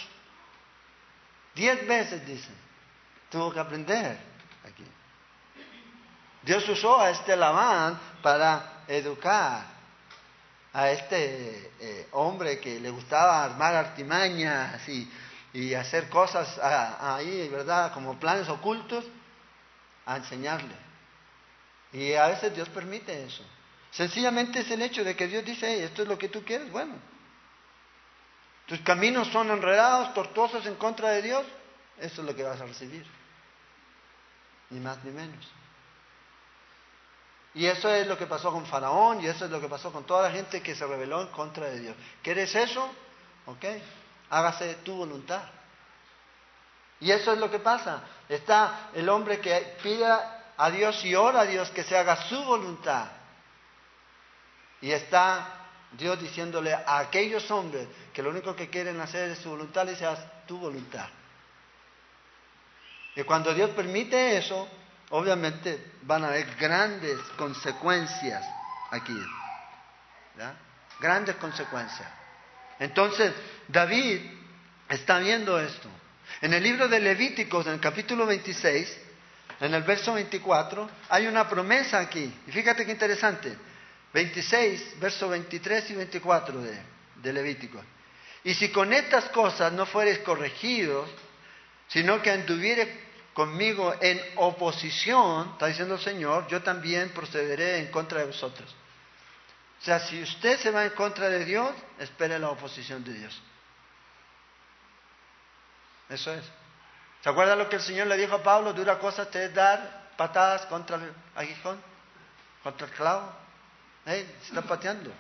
10 veces, dicen. Tuvo que aprender aquí. Dios usó a este Labán para educar a este hombre que le gustaba armar artimañas y hacer cosas ahí, ¿verdad? Como planes ocultos, a enseñarle. Y a veces Dios permite eso. Sencillamente es el hecho de que Dios dice, hey, esto es lo que tú quieres, bueno. Tus caminos son enredados, tortuosos en contra de Dios, eso es lo que vas a recibir. Ni más ni menos. Y eso es lo que pasó con Faraón, y eso es lo que pasó con toda la gente que se rebeló en contra de Dios. ¿Quieres eso? Ok, hágase tu voluntad. Y eso es lo que pasa. Está el hombre que pide a Dios y ora a Dios que se haga su voluntad. Y está Dios diciéndole a aquellos hombres que lo único que quieren hacer es su voluntad, le dice, haz tu voluntad. Y cuando Dios permite eso, obviamente van a haber grandes consecuencias aquí. ¿Ya? Grandes consecuencias. Entonces, David está viendo esto. En el libro de Levíticos, en el capítulo 26, en el verso 24, hay una promesa aquí. Y fíjate qué interesante. 26, versos 23 y 24 de Levíticos. Y si con estas cosas no fuereis corregidos, sino que anduviereis conmigo en oposición, está diciendo el Señor, yo también procederé en contra de vosotros. O sea, si usted se va en contra de Dios, espere la oposición de Dios. Eso es. ¿Se acuerda lo que el Señor le dijo a Pablo? Dura cosa te es dar patadas contra el aguijón, contra el clavo. Se está pateando.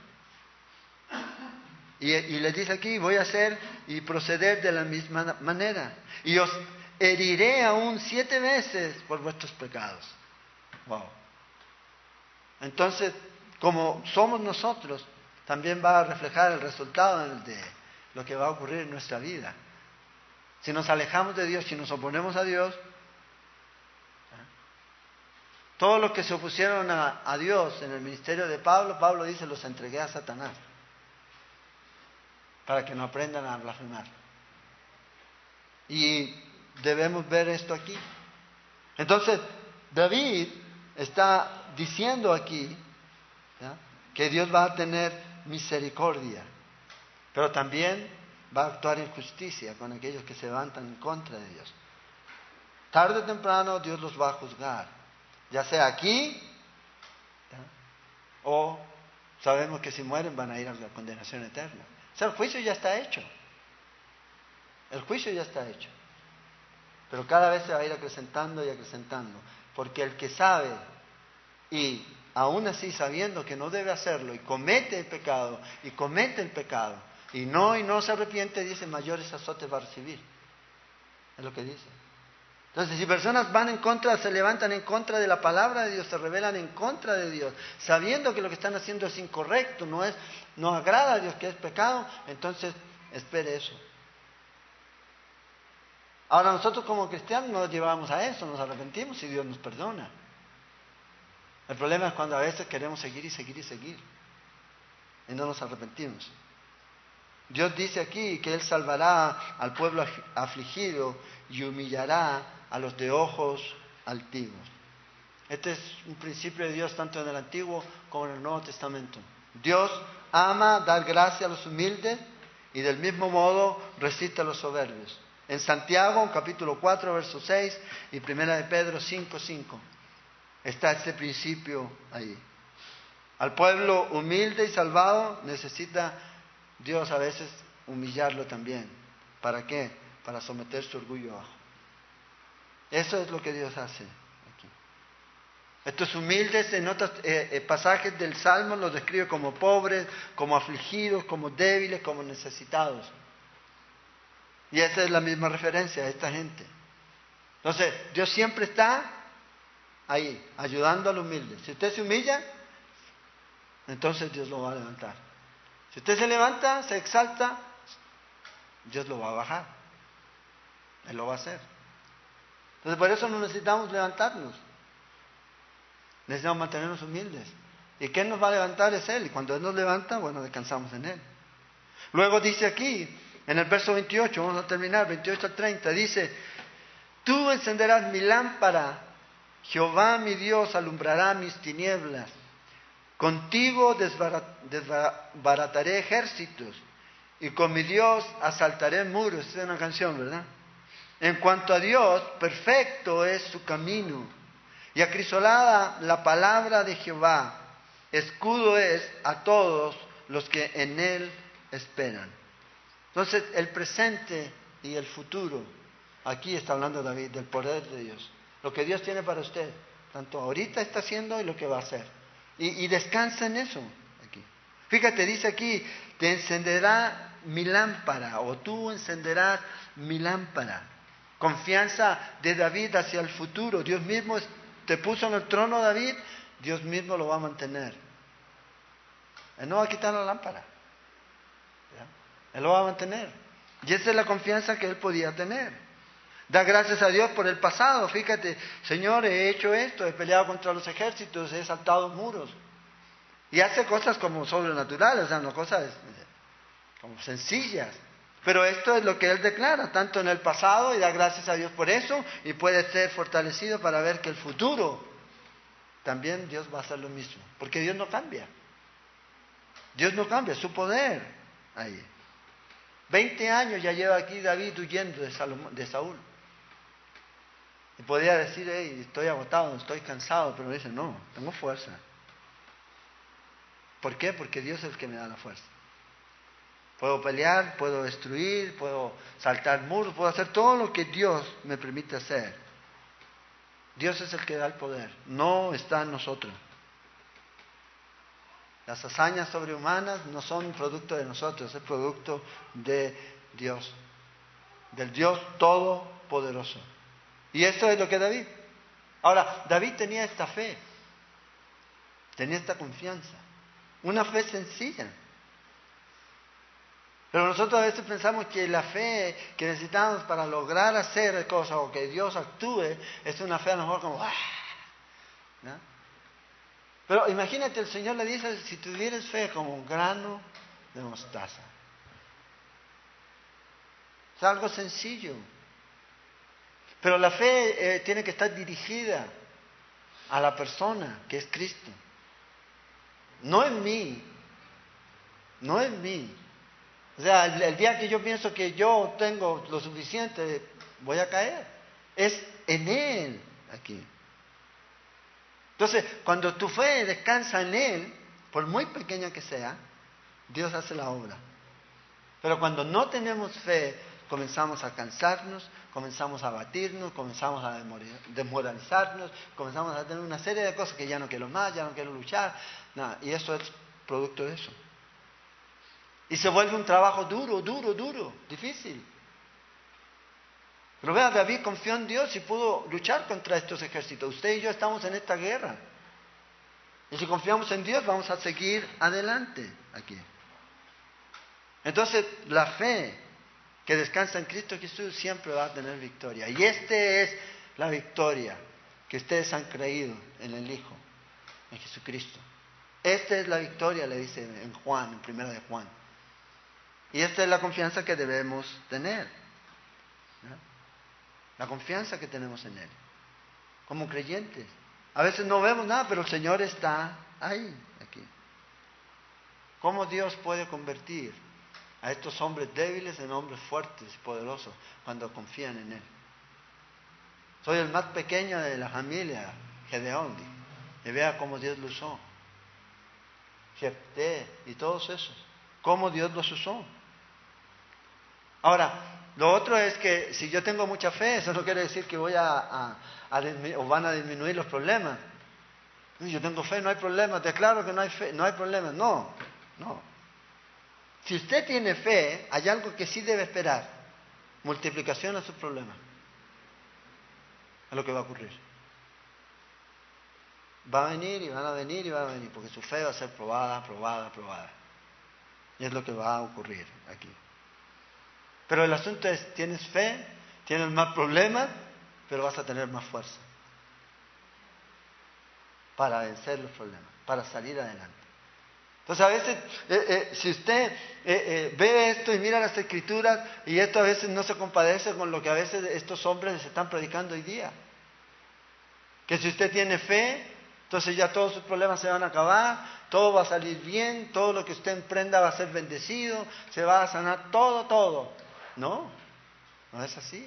Y le dice aquí, voy a hacer y proceder de la misma manera. Y os heriré aún 7 veces por vuestros pecados. Wow. Entonces, como somos nosotros, también va a reflejar el resultado de lo que va a ocurrir en nuestra vida. Si nos alejamos de Dios, si nos oponemos a Dios, todos los que se opusieron a Dios en el ministerio de Pablo, Pablo dice, los entregué a Satanás, para que no aprendan a blasfemar. Y debemos ver esto aquí. Entonces, David está diciendo aquí, ¿ya?, que Dios va a tener misericordia, pero también va a actuar en justicia con aquellos que se levantan en contra de Dios. Tarde o temprano Dios los va a juzgar, ya sea aquí, ¿ya?, o sabemos que si mueren van a ir a la condenación eterna. O sea, el juicio ya está hecho. El juicio ya está hecho. Pero cada vez se va a ir acrecentando y acrecentando. Porque el que sabe y aún así sabiendo que no debe hacerlo y comete el pecado y no se arrepiente, dice, mayores azotes va a recibir. Es lo que dice. Entonces, si personas van en contra, se levantan en contra de la palabra de Dios, se rebelan en contra de Dios, sabiendo que lo que están haciendo es incorrecto, no agrada a Dios, que es pecado, entonces espere eso. Ahora nosotros como cristianos nos llevamos a eso, nos arrepentimos y Dios nos perdona. El problema es cuando a veces queremos seguir y seguir y seguir. y no nos arrepentimos. Dios dice aquí que Él salvará al pueblo afligido y humillará a los de ojos altivos. Este es un principio de Dios tanto en el Antiguo como en el Nuevo Testamento. Dios ama dar gracia a los humildes y del mismo modo resiste a los soberbios. En Santiago, capítulo 4, verso 6 y 1 de Pedro 5, 5, está este principio ahí. Al pueblo humilde y salvado necesita Dios a veces humillarlo también. ¿Para qué? Para someter su orgullo abajo. Eso es lo que Dios hace aquí. Estos humildes en otros pasajes del Salmo los describe como pobres, como afligidos, como débiles, como necesitados. Y esa es la misma referencia a esta gente. Entonces, Dios siempre está ahí, ayudando al humilde. Si usted se humilla, entonces Dios lo va a levantar. Si usted se levanta, se exalta, Dios lo va a bajar. Él lo va a hacer. Entonces, por eso no necesitamos levantarnos. Necesitamos mantenernos humildes. ¿Y quién nos va a levantar? Es Él. Y cuando Él nos levanta, bueno, descansamos en Él. Luego dice aquí, en el verso 28, vamos a terminar, 28 al 30, dice: Tú encenderás mi lámpara, Jehová mi Dios alumbrará mis tinieblas. Contigo desbarataré ejércitos y con mi Dios asaltaré muros. Esa es una canción, ¿verdad? En cuanto a Dios, perfecto es su camino y acrisolada la palabra de Jehová. Escudo es a todos los que en Él esperan. Entonces, el presente y el futuro, aquí está hablando David del poder de Dios. Lo que Dios tiene para usted, tanto ahorita está haciendo y lo que va a hacer. Y descansa en eso aquí. Fíjate, dice aquí: te encenderá mi lámpara, o tú encenderás mi lámpara. Confianza de David hacia el futuro. Dios mismo te puso en el trono, David, Dios mismo lo va a mantener. Él no va a quitar la lámpara. ¿Ya? Él lo va a mantener. Y esa es la confianza que él podía tener. Da gracias a Dios por el pasado. Fíjate, Señor, he hecho esto, he peleado contra los ejércitos, he saltado muros. Y hace cosas como sobrenaturales, o sea, no cosas como sencillas. Pero esto es lo que él declara, tanto en el pasado, y da gracias a Dios por eso, y puede ser fortalecido para ver que el futuro también Dios va a hacer lo mismo. Porque Dios no cambia. Dios no cambia, su poder ahí. 20 años ya lleva aquí David huyendo de Saúl. Y podría decir: hey, estoy agotado, estoy cansado, pero dice: no, tengo fuerza. ¿Por qué? Porque Dios es el que me da la fuerza. Puedo pelear, puedo destruir, puedo saltar muros, puedo hacer todo lo que Dios me permite hacer. Dios es el que da el poder, no está en nosotros. Las hazañas sobrehumanas no son producto de nosotros, es producto de Dios, del Dios Todopoderoso. Y esto es lo que David. Ahora, David tenía esta fe, tenía esta confianza, una fe sencilla. Pero nosotros a veces pensamos que la fe que necesitamos para lograr hacer cosas o que Dios actúe es una fe a lo mejor como ¿no? Pero imagínate, el Señor le dice: si tuvieras fe como un grano de mostaza. Es algo sencillo. Pero la fe tiene que estar dirigida a la persona que es Cristo. No en mí. No en mí. O sea, el día que yo pienso que yo tengo lo suficiente, voy a caer. Es en Él aquí. Entonces, cuando tu fe descansa en Él, por muy pequeña que sea, Dios hace la obra. Pero cuando no tenemos fe, comenzamos a cansarnos, comenzamos a abatirnos, comenzamos a desmoralizarnos, comenzamos a tener una serie de cosas que ya no quiero más, ya no quiero luchar. Nada, y eso es producto de eso. Y se vuelve un trabajo duro, difícil. Pero vea, David confió en Dios y pudo luchar contra estos ejércitos. Usted y yo estamos en esta guerra. Y si confiamos en Dios, vamos a seguir adelante aquí. Entonces, la fe que descansa en Cristo Jesús siempre va a tener victoria. Y esta es la victoria que ustedes han creído en el Hijo, en Jesucristo. Esta es la victoria, le dice en Juan, en primera de Juan. Y esta es la confianza que debemos tener, ¿no? La confianza que tenemos en Él, como creyentes. A veces no vemos nada, pero el Señor está ahí, aquí. ¿Cómo Dios puede convertir a estos hombres débiles en hombres fuertes y poderosos cuando confían en Él? Soy el más pequeño de la familia, Gedeón, y vea cómo Dios lo usó. Jefté y todos esos, cómo Dios los usó. Ahora, lo otro es que si yo tengo mucha fe, eso no quiere decir que voy o van a disminuir los problemas. Yo tengo fe, no hay problemas, declaro que no hay fe, no hay problemas. No. Si usted tiene fe, hay algo que sí debe esperar: multiplicación a sus problemas. Es lo que va a ocurrir. Va a venir y van a venir y van a venir, porque su fe va a ser probada. Y es lo que va a ocurrir aquí. Pero el asunto es, tienes fe, tienes más problemas, pero vas a tener más fuerza para vencer los problemas, para salir adelante. Entonces a veces, si usted ve esto y mira las Escrituras, y esto a veces no se compadece con lo que a veces estos hombres están predicando hoy día. Que si usted tiene fe, entonces ya todos sus problemas se van a acabar, todo va a salir bien, todo lo que usted emprenda va a ser bendecido, se va a sanar todo. No es así.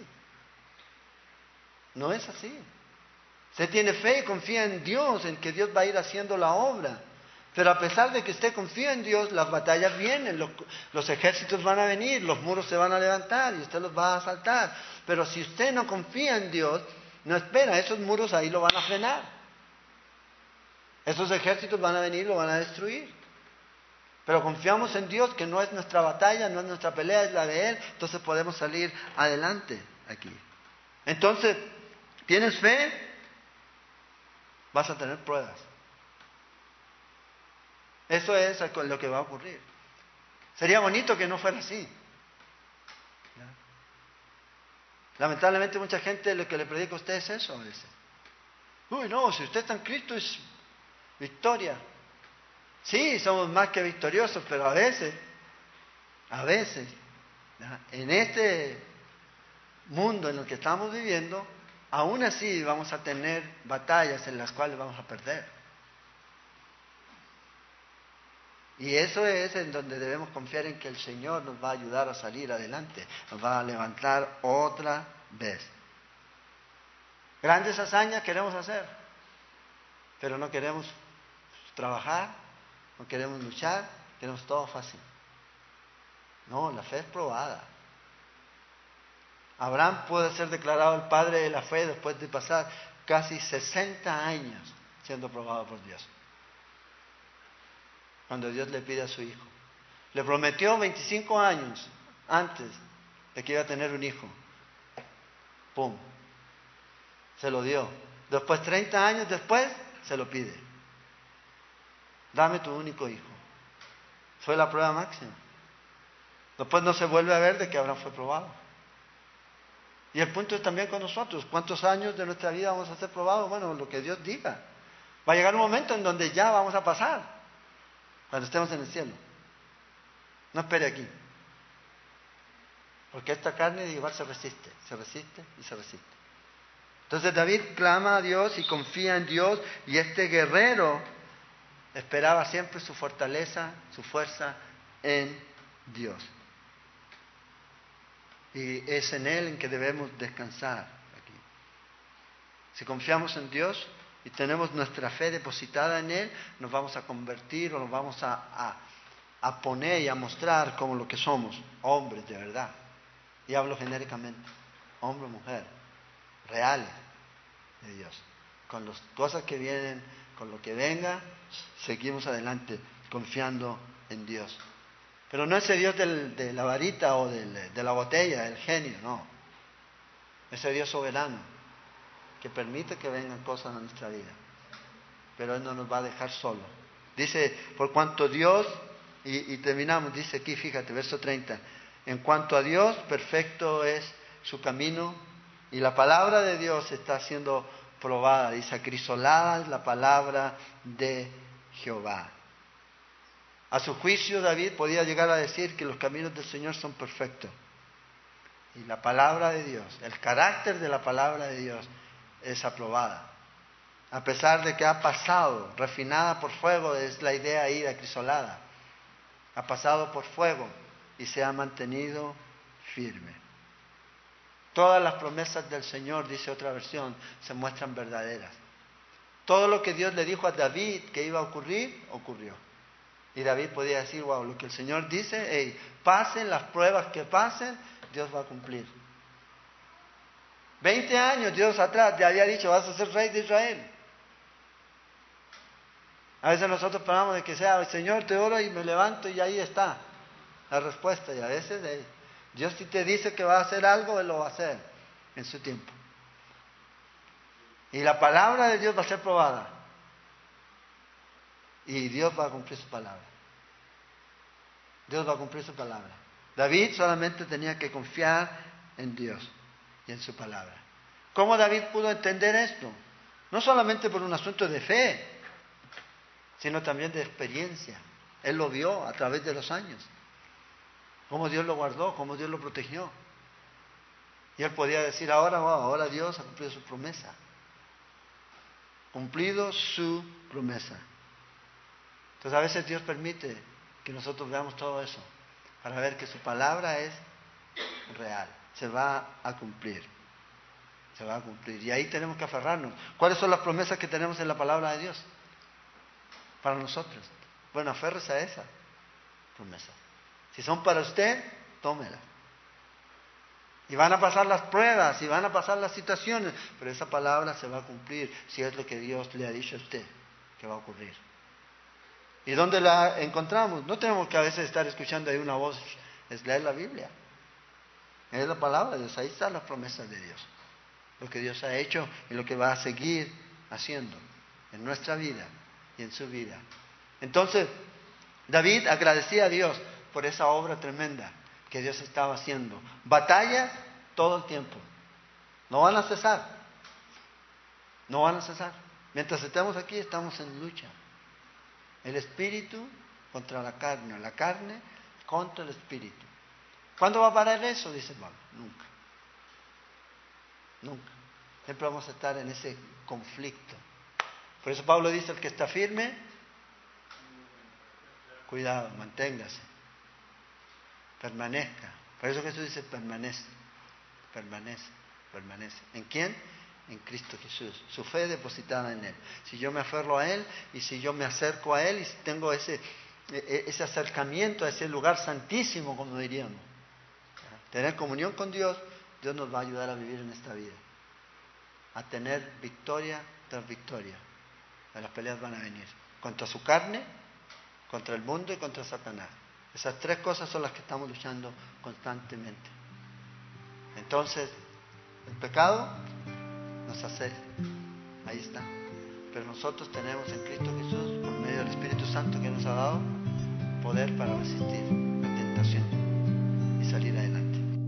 No es así. Usted tiene fe y confía en Dios, en que Dios va a ir haciendo la obra. Pero a pesar de que usted confía en Dios, las batallas vienen, los ejércitos van a venir, los muros se van a levantar y usted los va a asaltar. Pero si usted no confía en Dios, no espera, esos muros ahí lo van a frenar. Esos ejércitos van a venir y lo van a destruir. Pero confiamos en Dios, que no es nuestra batalla, no es nuestra pelea, es la de Él. Entonces podemos salir adelante aquí. Entonces, ¿tienes fe? Vas a tener pruebas. Eso es lo que va a ocurrir. Sería bonito que no fuera así. Lamentablemente mucha gente lo que le predica a usted es eso a veces. Uy, no, si usted está en Cristo es victoria. Sí, somos más que victoriosos, pero a veces, en este mundo en el que estamos viviendo, aún así vamos a tener batallas en las cuales vamos a perder. Y eso es en donde debemos confiar en que el Señor nos va a ayudar a salir adelante, nos va a levantar otra vez. Grandes hazañas queremos hacer, pero no queremos trabajar, no queremos luchar, queremos todo fácil. No, la fe es probada. Abraham puede ser declarado el padre de la fe después de pasar casi 60 años siendo probado por Dios. Cuando Dios le pide a su hijo. Le prometió 25 años antes de que iba a tener un hijo. ¡Pum! Se lo dio. Después, 30 años después, se lo pide. Dame tu único hijo. Fue la prueba máxima. Después no se vuelve a ver de que Abraham fue probado. Y el punto es también con nosotros. ¿Cuántos años de nuestra vida vamos a ser probados? Bueno, lo que Dios diga. Va a llegar un momento en donde ya vamos a pasar. Cuando estemos en el cielo. No espere aquí. Porque esta carne igual se resiste y se resiste. Entonces David clama a Dios y confía en Dios, y este guerrero esperaba siempre su fortaleza, su fuerza en Dios. Y es en Él en que debemos descansar aquí. Si confiamos en Dios y tenemos nuestra fe depositada en Él, nos vamos a convertir o nos vamos a poner y a mostrar como lo que somos, hombres de verdad. Y hablo genéricamente, hombre o mujer, reales de Dios. Con las cosas que vienen, con lo que venga, seguimos adelante confiando en Dios. Pero no ese Dios de la varita o de la botella, del genio, no. Ese Dios soberano que permite que vengan cosas a nuestra vida. Pero Él no nos va a dejar solos. Dice, por cuanto Dios, y terminamos, dice aquí, fíjate, verso 30. En cuanto a Dios, perfecto es su camino, y la palabra de Dios está siendo probada. Dice, acrisolada es la palabra de Jehová. A su juicio, David podía llegar a decir que los caminos del Señor son perfectos. Y la palabra de Dios, el carácter de la palabra de Dios es aprobada. A pesar de que ha pasado, refinada por fuego, es la idea ahí acrisolada. Ha pasado por fuego y se ha mantenido firme. Todas las promesas del Señor, dice otra versión, se muestran verdaderas. Todo lo que Dios le dijo a David que iba a ocurrir, ocurrió. Y David podía decir, wow, lo que el Señor dice, pasen las pruebas que pasen, Dios va a cumplir. 20 años Dios atrás le había dicho, vas a ser rey de Israel. A veces nosotros esperamos de que sea, Señor, te oro y me levanto y ahí está la respuesta. Y a veces Dios si te dice que va a hacer algo, Él lo va a hacer en su tiempo. Y la palabra de Dios va a ser probada. Y Dios va a cumplir su palabra. Dios va a cumplir su palabra. David solamente tenía que confiar en Dios y en su palabra. ¿Cómo David pudo entender esto? No solamente por un asunto de fe, sino también de experiencia. Él lo vio a través de los años. Cómo Dios lo guardó, cómo Dios lo protegió. Y él podía decir, ahora Dios ha cumplido su promesa. Cumplido su promesa. Entonces a veces Dios permite que nosotros veamos todo eso para ver que su palabra es real, se va a cumplir. Se va a cumplir. Y ahí tenemos que aferrarnos. ¿Cuáles son las promesas que tenemos en la palabra de Dios? Para nosotros. Bueno, aférrese a esa promesa. Si son para usted, tómela. Y van a pasar las pruebas, y van a pasar las situaciones, pero esa palabra se va a cumplir si es lo que Dios le ha dicho a usted que va a ocurrir. ¿Y dónde la encontramos? No tenemos que a veces estar escuchando ahí una voz, es leer la Biblia. Es la palabra de Dios, ahí están las promesas de Dios. Lo que Dios ha hecho y lo que va a seguir haciendo en nuestra vida y en su vida. Entonces, David agradecía a Dios por esa obra tremenda que Dios estaba haciendo. Batallas todo el tiempo. No van a cesar. No van a cesar. Mientras estemos aquí, estamos en lucha. El espíritu contra la carne contra el espíritu. ¿Cuándo va a parar eso? Dice Pablo. Nunca. Nunca. Siempre vamos a estar en ese conflicto. Por eso Pablo dice, el que está firme, cuidado, manténgase. Permanezca. Por eso Jesús dice, permanece. ¿En quién? En Cristo Jesús. Su fe depositada en Él. Si yo me aferro a Él y si yo me acerco a Él y si tengo ese acercamiento a ese lugar santísimo, como diríamos. Tener comunión con Dios, Dios nos va a ayudar a vivir en esta vida. A tener victoria tras victoria. Las peleas van a venir. Contra su carne, contra el mundo y contra Satanás. Esas tres cosas son las que estamos luchando constantemente. Entonces, el pecado nos hace, ahí está. Pero nosotros tenemos en Cristo Jesús, por medio del Espíritu Santo que nos ha dado, poder para resistir la tentación y salir adelante.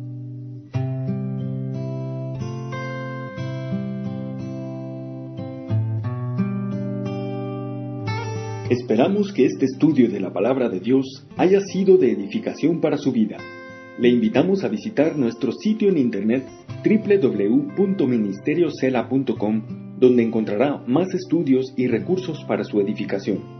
Esperamos que este estudio de la Palabra de Dios haya sido de edificación para su vida. Le invitamos a visitar nuestro sitio en internet www.ministeriocela.com, donde encontrará más estudios y recursos para su edificación.